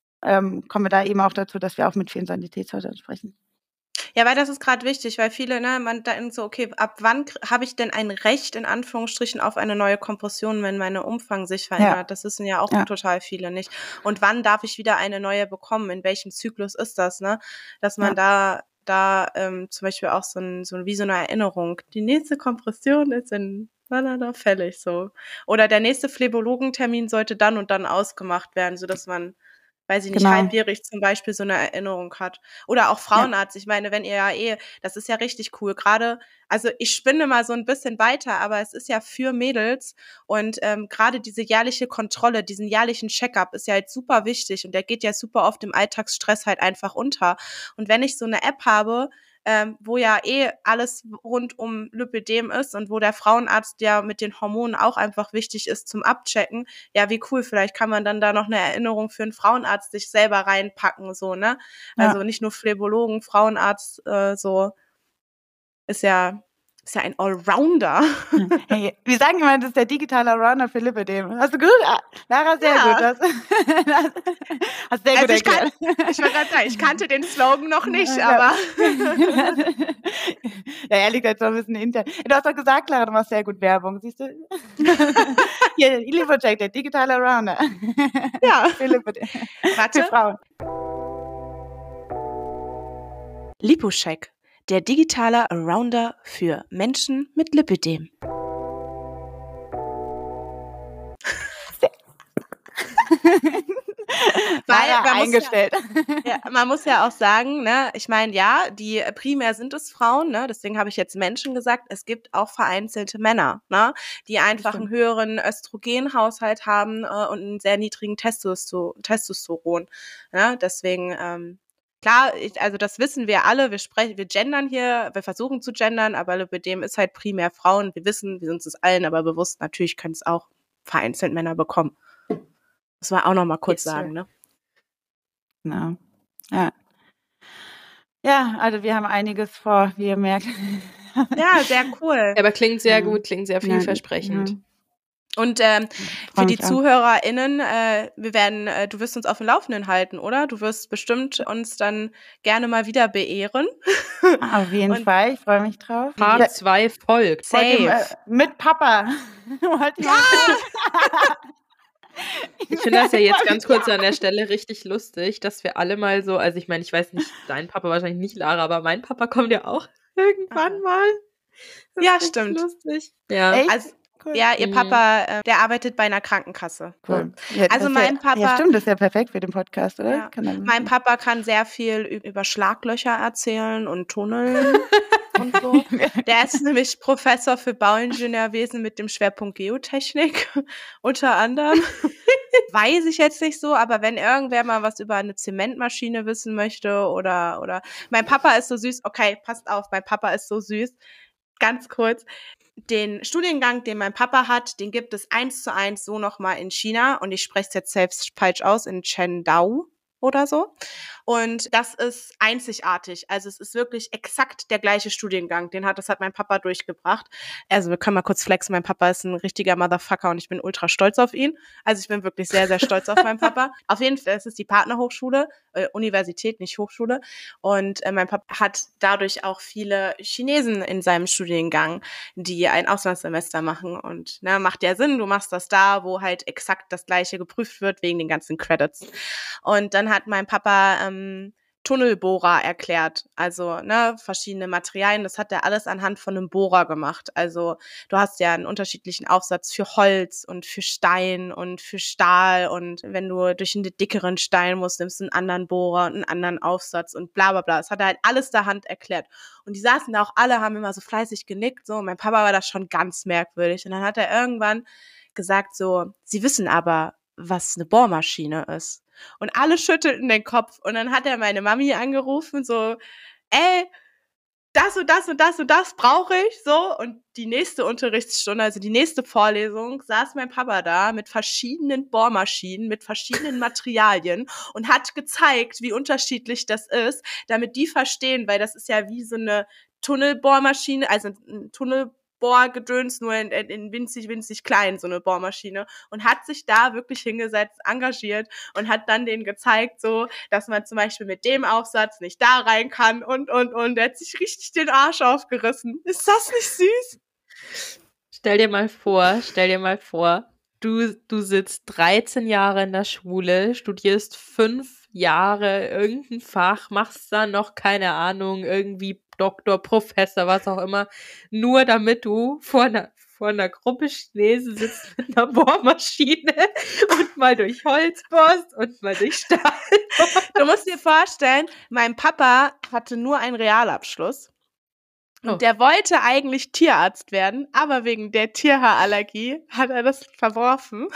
ähm, kommen wir da eben auch dazu, dass wir auch mit vielen Sanitätshäusern sprechen. Ja, weil das ist gerade wichtig, weil viele, ne, man denkt so, okay, ab wann habe ich denn ein Recht in Anführungsstrichen auf eine neue Kompression, wenn meine Umfang sich verändert? Ja. Das wissen ja auch Ja. total viele nicht. Und wann darf ich wieder eine neue bekommen? In welchem Zyklus ist das, ne? Dass man Ja. da da ähm, zum Beispiel auch so ein, so ein, wie so eine Erinnerung. Die nächste Kompression ist in da fällig so. Oder der nächste Phlebologentermin sollte dann und dann ausgemacht werden, sodass man, weiß ich nicht, Genau. halbjährig zum Beispiel so eine Erinnerung hat. Oder auch Ja. Frauenarzt. Ich meine, wenn ihr ja eh, das ist ja richtig cool. Gerade, also ich spinne mal so ein bisschen weiter, aber es ist ja für Mädels und ähm, gerade diese jährliche Kontrolle, diesen jährlichen Check-up ist ja jetzt super wichtig und der geht ja super oft im Alltagsstress halt einfach unter. Und wenn ich so eine App habe, ähm, wo ja eh alles rund um Lipödem ist und wo der Frauenarzt ja mit den Hormonen auch einfach wichtig ist zum Abchecken, ja, wie cool, vielleicht kann man dann da noch eine Erinnerung für einen Frauenarzt sich selber reinpacken, so, ne? Ja. Also nicht nur Phlebologen, Frauenarzt, äh, so, ist ja, ist ja ein Allrounder. Hey, wir sagen immer, das ist der digitale Allrounder für Lipödem. Hast du gut? Ah, Lara, sehr Ja. gut. Das, das hast sehr gut Also ich kann, erklärt. ich wollte gerade sagen, ich kannte den Slogan noch nicht, Ja. aber Ja, er liegt jetzt so ein bisschen intern. Du hast doch gesagt, Lara, du machst sehr gut Werbung, siehst du? Hier, Lipocheck, der digitale Allrounder. ja. Für Lipödem. Für Warte. Frauen. Lipocheck, der digitale Allrounder für Menschen mit Lipödem. Weil Lara man muss ja, eingestellt. ja, man muss ja auch sagen, ne, ich meine, ja, die äh, primär sind es Frauen, ne, deswegen habe ich jetzt Menschen gesagt, es gibt auch vereinzelte Männer, ne, die einfach einen stimmt. höheren Östrogenhaushalt haben äh, und einen sehr niedrigen Testosto Testosteron, ne, deswegen, ähm, klar, ich, also das wissen wir alle, wir sprechen, wir gendern hier, wir versuchen zu gendern, aber Lipödem ist halt primär Frauen, wir wissen, wir sind uns allen aber bewusst, natürlich können es auch vereinzelt Männer bekommen. Das war auch noch mal kurz Yes, sir. sagen, ne? Genau. Ja. Ja, also wir haben einiges vor, wie ihr merkt. Ja, sehr cool. Aber klingt sehr Ja. gut, klingt sehr Nein, vielversprechend. ja. Und ähm, Freu für die mich auch. ZuhörerInnen, äh, wir werden, äh, du wirst uns auf dem Laufenden halten, oder? Du wirst bestimmt uns dann gerne mal wieder beehren. Auf jeden Und Fall, ich freue mich drauf. Ja, Part zwei folgt. wollt ihr, äh, safe. mit Papa. Wollt ihr Ja! mal- Ich finde das ja jetzt ganz kurz an der Stelle richtig lustig, dass wir alle mal so, also ich meine, ich weiß nicht, dein Papa wahrscheinlich nicht, Lara, aber mein Papa kommt ja auch irgendwann Aha. mal. Das Ja, ist richtig stimmt. lustig. Ja. Echt? Also, Cool. ja, ihr Mhm. Papa, äh, der arbeitet bei einer Krankenkasse. Cool. Ja, Also das mein wär, Ja, Papa- stimmt, das ist ja perfekt für den Podcast, oder? Ja. Kann dann- Mein Papa kann sehr viel ü- über Schlaglöcher erzählen und Tunneln und so. Der ist nämlich Professor für Bauingenieurwesen mit dem Schwerpunkt Geotechnik, unter anderem. Weiß ich jetzt nicht so, aber wenn irgendwer mal was über eine Zementmaschine wissen möchte oder, oder, mein Papa ist so süß, okay, passt auf, mein Papa ist so süß. Ganz kurz. Den Studiengang, den mein Papa hat, den gibt es eins zu eins so nochmal in China und ich spreche es jetzt selbst falsch aus, in Chengdu oder so. Und das ist einzigartig. Also es ist wirklich exakt der gleiche Studiengang. Den hat, das hat mein Papa durchgebracht. Also wir können mal kurz flexen. Mein Papa ist ein richtiger Motherfucker und ich bin ultra stolz auf ihn. Also ich bin wirklich sehr, sehr stolz auf meinen Papa. Auf jeden Fall, es ist die Partnerhochschule, äh, Universität, nicht Hochschule. Und äh, mein Papa hat dadurch auch viele Chinesen in seinem Studiengang, die ein Auslandssemester machen. Und ne, macht ja Sinn, du machst das da, wo halt exakt das Gleiche geprüft wird, wegen den ganzen Credits. Und dann hat mein Papa ähm, Tunnelbohrer erklärt, also ne, verschiedene Materialien, das hat er alles anhand von einem Bohrer gemacht. Also du hast ja einen unterschiedlichen Aufsatz für Holz und für Stein und für Stahl und wenn du durch einen dickeren Stein musst, nimmst du einen anderen Bohrer und einen anderen Aufsatz und bla bla bla. Das hat er halt alles der Hand erklärt. Und die saßen da auch alle, haben immer so fleißig genickt, so, und mein Papa war das schon ganz merkwürdig. Und dann hat er irgendwann gesagt so, sie wissen aber, was eine Bohrmaschine ist. Und alle schüttelten den Kopf. Und dann hat er meine Mami angerufen, so, ey, das und das und das und das brauche ich, so. Und die nächste Unterrichtsstunde, also die nächste Vorlesung, saß mein Papa da mit verschiedenen Bohrmaschinen, mit verschiedenen Materialien und hat gezeigt, wie unterschiedlich das ist, damit die verstehen, weil das ist ja wie so eine Tunnelbohrmaschine, also ein Tunnel Bohrgedöns, nur in, in, in winzig, winzig klein, so eine Bohrmaschine. Und hat sich da wirklich hingesetzt, engagiert und hat dann denen gezeigt, so, dass man zum Beispiel mit dem Aufsatz nicht da rein kann und, und, und. Der hat sich richtig den Arsch aufgerissen. Ist das nicht süß? Stell dir mal vor, stell dir mal vor, du, du sitzt dreizehn Jahre in der Schule, studierst fünf Jahre irgendein Fach, machst dann noch, keine Ahnung, irgendwie Doktor, Professor, was auch immer, nur damit du vor einer, vor einer Gruppe Chinesen sitzt mit einer Bohrmaschine und mal durch Holz bohrst und mal durch Stahl. Du musst dir vorstellen, mein Papa hatte nur einen Realabschluss. Und Oh. der wollte eigentlich Tierarzt werden, aber wegen der Tierhaarallergie hat er das verworfen.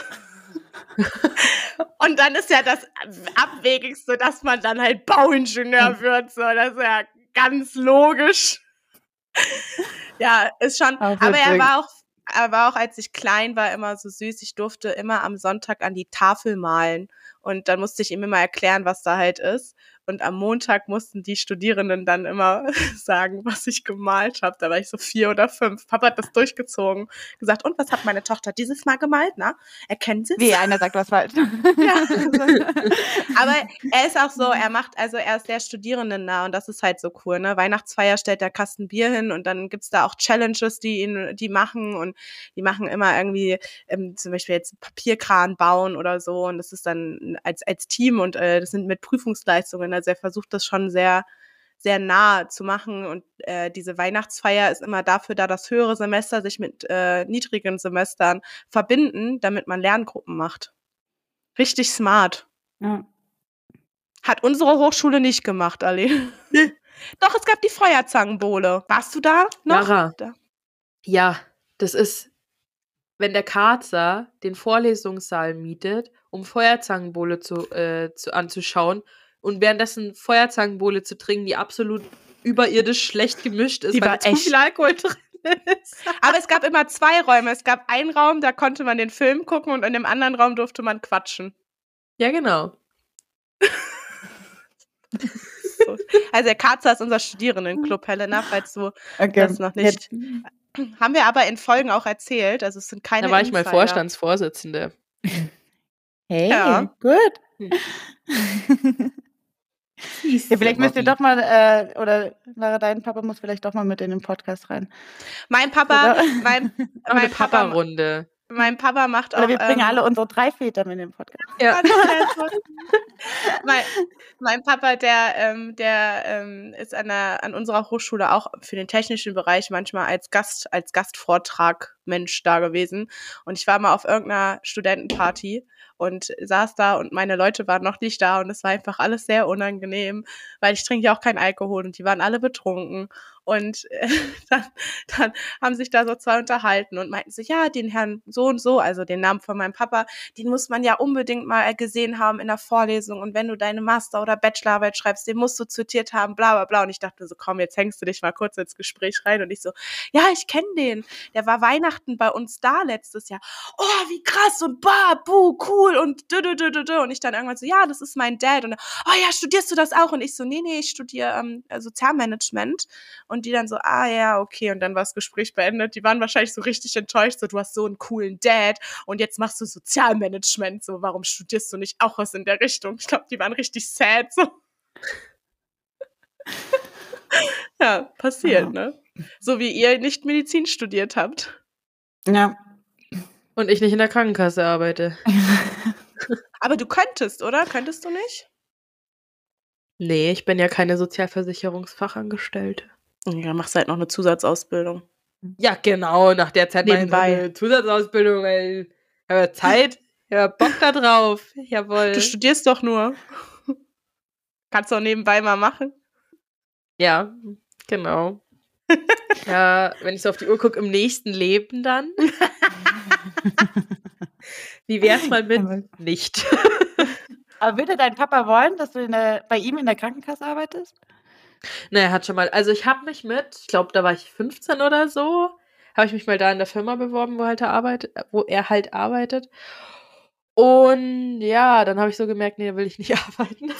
Und dann ist ja das Abwegigste, dass man dann halt Bauingenieur wird. So, das ist ja ganz logisch. Ja, ist schon. Auch Aber er witzig. war auch, er war auch, als ich klein war, immer so süß. Ich durfte immer am Sonntag an die Tafel malen. Und dann musste ich ihm immer erklären, was da halt ist. Und am Montag mussten die Studierenden dann immer sagen, was ich gemalt habe. Da war ich so vier oder fünf. Papa hat das durchgezogen. Gesagt, und was hat meine Tochter dieses Mal gemalt? Na, erkennen Sie es? Wie, einer sagt was falsch. Ja. Aber er ist auch so, er macht, also er ist sehr studierendennah und das ist halt so cool, ne? Weihnachtsfeier stellt der Kasten Bier hin und dann gibt's da auch Challenges, die ihn, die machen und die machen immer irgendwie ähm, zum Beispiel jetzt Papierkran bauen oder so und das ist dann als als Team und äh, das sind mit Prüfungsleistungen, also er versucht das schon sehr sehr nah zu machen und äh, diese Weihnachtsfeier ist immer dafür da, dass höhere Semester sich mit äh, niedrigen Semestern verbinden, damit man Lerngruppen macht. Richtig smart. Ja. Hat unsere Hochschule nicht gemacht, Ali. Doch, es gab die Feuerzangenbowle. Warst du da noch? Lara. Da. Ja, das ist, wenn der Karzer den Vorlesungssaal mietet, um Feuerzangenbowle zu, äh, zu, anzuschauen und währenddessen Feuerzangenbowle zu trinken, die absolut überirdisch schlecht gemischt ist, Die weil war da zu echt- viel Alkohol drin ist. Aber es gab immer zwei Räume. Es gab einen Raum, da konnte man den Film gucken und in dem anderen Raum durfte man quatschen. Ja, genau. So. Also der Karzer ist unser Studierendenclub, Helena, falls du Okay. das noch nicht... Jetzt, Haben wir aber in Folgen auch erzählt. Also es sind keine Da war ich mal Insider. Vorstandsvorsitzende. hey, Ja. gut. Hm. Ja, vielleicht müsst ihr doch mal, äh, oder Lara, dein Papa muss vielleicht doch mal mit in den Podcast rein. Mein Papa, Oder? mein, Aber eine mein Papa, Papa-Runde. mein Papa macht auch... Oder wir bringen ähm, alle unsere drei Väter mit dem Podcast. Ja. mein, mein Papa, der, ähm, der ähm, ist an, der, an unserer Hochschule auch für den technischen Bereich manchmal als Gast, als Gastvortrag-Mensch da gewesen. Und ich war mal auf irgendeiner Studentenparty und saß da und meine Leute waren noch nicht da und es war einfach alles sehr unangenehm, weil ich trinke ja auch keinen Alkohol und die waren alle betrunken. Und äh, dann, dann haben sich da so zwei unterhalten und meinten so, ja, den Herrn so und so, also den Namen von meinem Papa, den muss man ja unbedingt mal gesehen haben in der Vorlesung und wenn du deine Master- oder Bachelorarbeit schreibst, den musst du zitiert haben, bla bla bla. Und ich dachte so, komm, jetzt hängst du dich mal kurz ins Gespräch rein. Und ich so, ja, ich kenne den, der war Weihnachten bei uns da letztes Jahr. Oh, wie krass und bah, buh, cool und dü, dü, dü, dü, dü. Und ich dann irgendwann so, ja, das ist mein Dad. Und er, oh ja, studierst du das auch? Und ich so, nee, nee, ich studiere ähm, Sozialmanagement. Und die dann so, ah ja, okay. Und dann war das Gespräch beendet. Die waren wahrscheinlich so richtig enttäuscht. So, du hast so einen coolen Dad und jetzt machst du Sozialmanagement. So, warum studierst du nicht auch was in der Richtung? Ich glaube, die waren richtig sad. So. Ja, passiert, Ja. ne? So wie ihr nicht Medizin studiert habt. Ja. Und ich nicht in der Krankenkasse arbeite. Aber du könntest, oder? Könntest du nicht? Nee, ich bin ja keine Sozialversicherungsfachangestellte. Ja, machst halt noch eine Zusatzausbildung. Ja, genau. Nach der Zeit mache ich so Nebenbei. eine Zusatzausbildung, weil ich habe ja Zeit, ich habe Bock da drauf. Jawohl. Du studierst doch nur. Kannst du auch nebenbei mal machen. Ja, genau. Ja, wenn ich so auf die Uhr gucke, im nächsten Leben dann. Wie wär's mal mit nicht? Aber würde dein Papa wollen, dass du in der, bei ihm in der Krankenkasse arbeitest? Ne, er hat schon mal, also ich habe mich mit, ich glaube, da war ich fünfzehn oder so, habe ich mich mal da in der Firma beworben, wo halt er arbeitet, wo er halt arbeitet. Und ja, dann habe ich so gemerkt, nee, da will ich nicht arbeiten.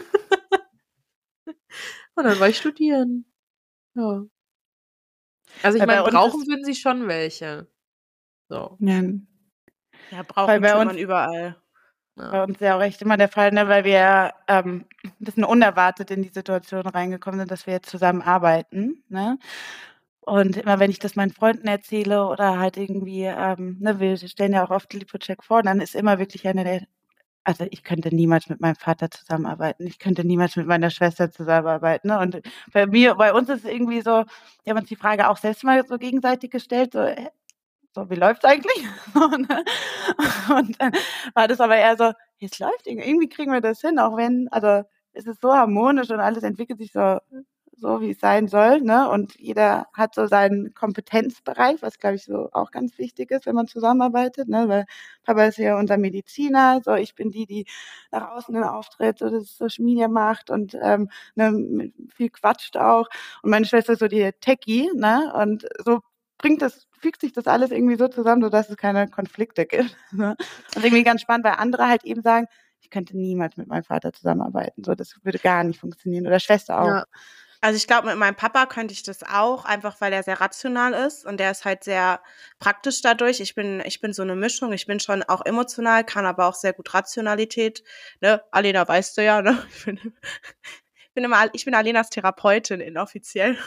Und dann war ich studieren. Ja. Also ich Weil bei meine, uns brauchen ist- würden sie schon welche. So. Ja. Ja, brauchen Weil bei tut uns- man überall. Bei Ja. uns ja auch echt immer der Fall, ne, weil wir ähm, ein bisschen unerwartet in die Situation reingekommen sind, dass wir jetzt zusammen arbeiten. Ne? Und immer wenn ich das meinen Freunden erzähle oder halt irgendwie, ähm, ne, wir stellen ja auch oft Lipocheck vor, dann ist immer wirklich einer der, also ich könnte niemals mit meinem Vater zusammenarbeiten, ich könnte niemals mit meiner Schwester zusammenarbeiten. Ne? Und bei mir, bei uns ist es irgendwie so, wir haben uns die Frage auch selbst mal so gegenseitig gestellt, so, hä, so, wie läuft's eigentlich? Und dann war das aber eher so, es läuft irgendwie, irgendwie kriegen wir das hin, auch wenn, also es ist so harmonisch und alles entwickelt sich so, so wie es sein soll, ne? Und jeder hat so seinen Kompetenzbereich, was glaube ich so auch ganz wichtig ist, wenn man zusammenarbeitet, ne? Weil Papa ist ja unser Mediziner, so ich bin die, die nach außen hin auftritt, so das Social Media macht und ähm, ne, viel quatscht auch. Und meine Schwester ist so die Techie, ne? Und so bringt das, fügt sich das alles irgendwie so zusammen, sodass es keine Konflikte gibt. Ne? Und irgendwie ganz spannend, weil andere halt eben sagen, ich könnte niemals mit meinem Vater zusammenarbeiten. So, das würde gar nicht funktionieren. Oder Schwester auch. Ja. Also ich glaube, mit meinem Papa könnte ich das auch, einfach weil er sehr rational ist und der ist halt sehr praktisch dadurch. Ich bin, ich bin so eine Mischung. Ich bin schon auch emotional, kann aber auch sehr gut Rationalität. Ne? Alena, weißt du ja, ne? Ich bin, ich bin immer, ich bin Alenas Therapeutin inoffiziell.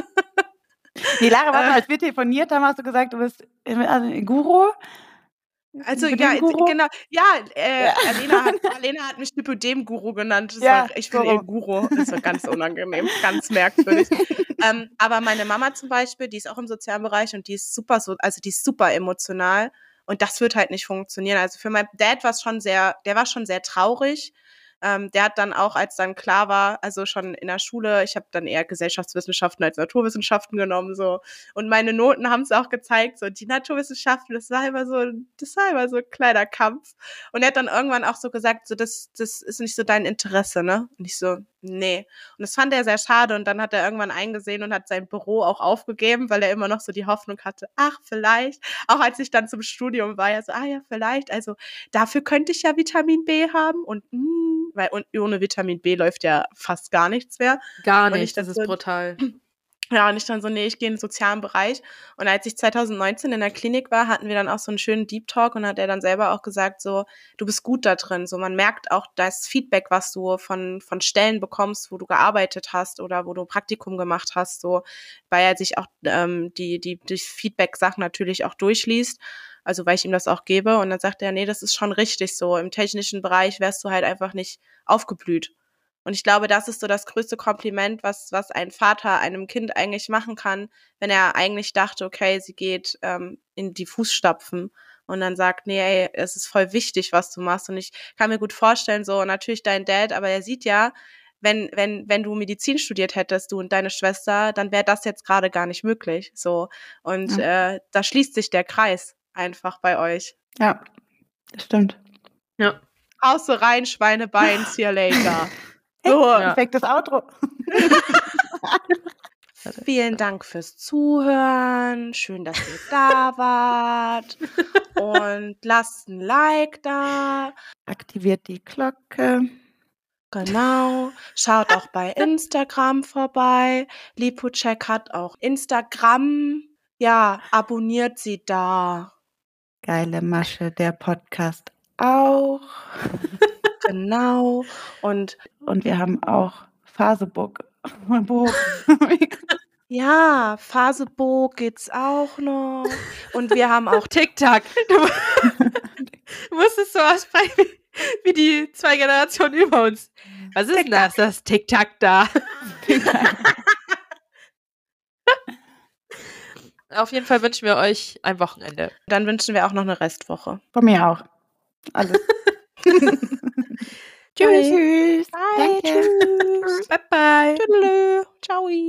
Nee, Lara, warte mal, als wir telefoniert haben, hast du gesagt, du bist also ein Guru? Also ja, Lipödem-Guru? genau, ja, äh, Ja. Alena, hat, Alena hat mich Lipödem-Guru genannt. Das Ja, war, ich bin Guru. ihr Guru. Das war ganz unangenehm, ganz merkwürdig. ähm, aber meine Mama zum Beispiel, die ist auch im sozialen Bereich und die ist super so, also die ist super emotional und das wird halt nicht funktionieren. Also für meinen Dad war es schon sehr, der war schon sehr traurig. Ähm, der hat dann auch, als dann klar war, also schon in der Schule, ich habe dann eher Gesellschaftswissenschaften als Naturwissenschaften genommen, so. Und meine Noten haben es auch gezeigt, so, die Naturwissenschaften, das war immer so, das war immer so ein kleiner Kampf. Und er hat dann irgendwann auch so gesagt, so, das, das ist nicht so dein Interesse, ne? Und ich so, nee. Und das fand er sehr schade und dann hat er irgendwann eingesehen und hat sein Büro auch aufgegeben, weil er immer noch so die Hoffnung hatte, ach, vielleicht, auch als ich dann zum Studium war, ja so, ah ja, vielleicht, also dafür könnte ich ja Vitamin B haben und mh, weil ohne Vitamin B läuft ja fast gar nichts mehr. Gar Und nicht, ich das ist dachte, brutal. Ja, und ich dann so, nee, ich gehe in den sozialen Bereich. Und als ich zwanzig neunzehn in der Klinik war, hatten wir dann auch so einen schönen Deep Talk und hat er dann selber auch gesagt, so, du bist gut da drin. So, man merkt auch das Feedback, was du von, von Stellen bekommst, wo du gearbeitet hast oder wo du Praktikum gemacht hast, so, weil er sich auch ähm, die, die, die Feedback-Sachen natürlich auch durchliest. Also, weil ich ihm das auch gebe. Und dann sagt er, nee, das ist schon richtig so. Im technischen Bereich wärst du halt einfach nicht aufgeblüht. Und ich glaube, das ist so das größte Kompliment, was, was ein Vater einem Kind eigentlich machen kann, wenn er eigentlich dachte, okay, sie geht ähm, in die Fußstapfen und dann sagt, nee, ey, es ist voll wichtig, was du machst. Und ich kann mir gut vorstellen, so natürlich dein Dad, aber er sieht ja, wenn, wenn, wenn du Medizin studiert hättest, du und deine Schwester, dann wäre das jetzt gerade gar nicht möglich. So. Und Ja. äh, da schließt sich der Kreis einfach bei euch. Ja, das stimmt. Ja. Haust du rein, Schweinebein, see you later. So. Ja. Ja. Perfektes Outro. Vielen Dank fürs Zuhören. Schön, dass ihr da wart. Und lasst ein Like da. Aktiviert die Glocke. Genau. Schaut auch bei Instagram vorbei. Lipocheck hat auch Instagram. Ja, abonniert sie da. Geile Masche, der Podcast auch. Genau. Und Und wir haben auch Facebook. ja, Phasebo geht's auch noch. Und wir haben auch TikTok. Du musst es so aussprechen wie, wie die zwei Generationen über uns. Was ist denn das? Das TikTok da. Auf jeden Fall wünschen wir euch ein Wochenende. Dann wünschen wir auch noch eine Restwoche. Von mir auch. Alles. Tschüss. Tschüss. Bye. Danke. Tschüss. Bye bye. Tschüss. Ciao.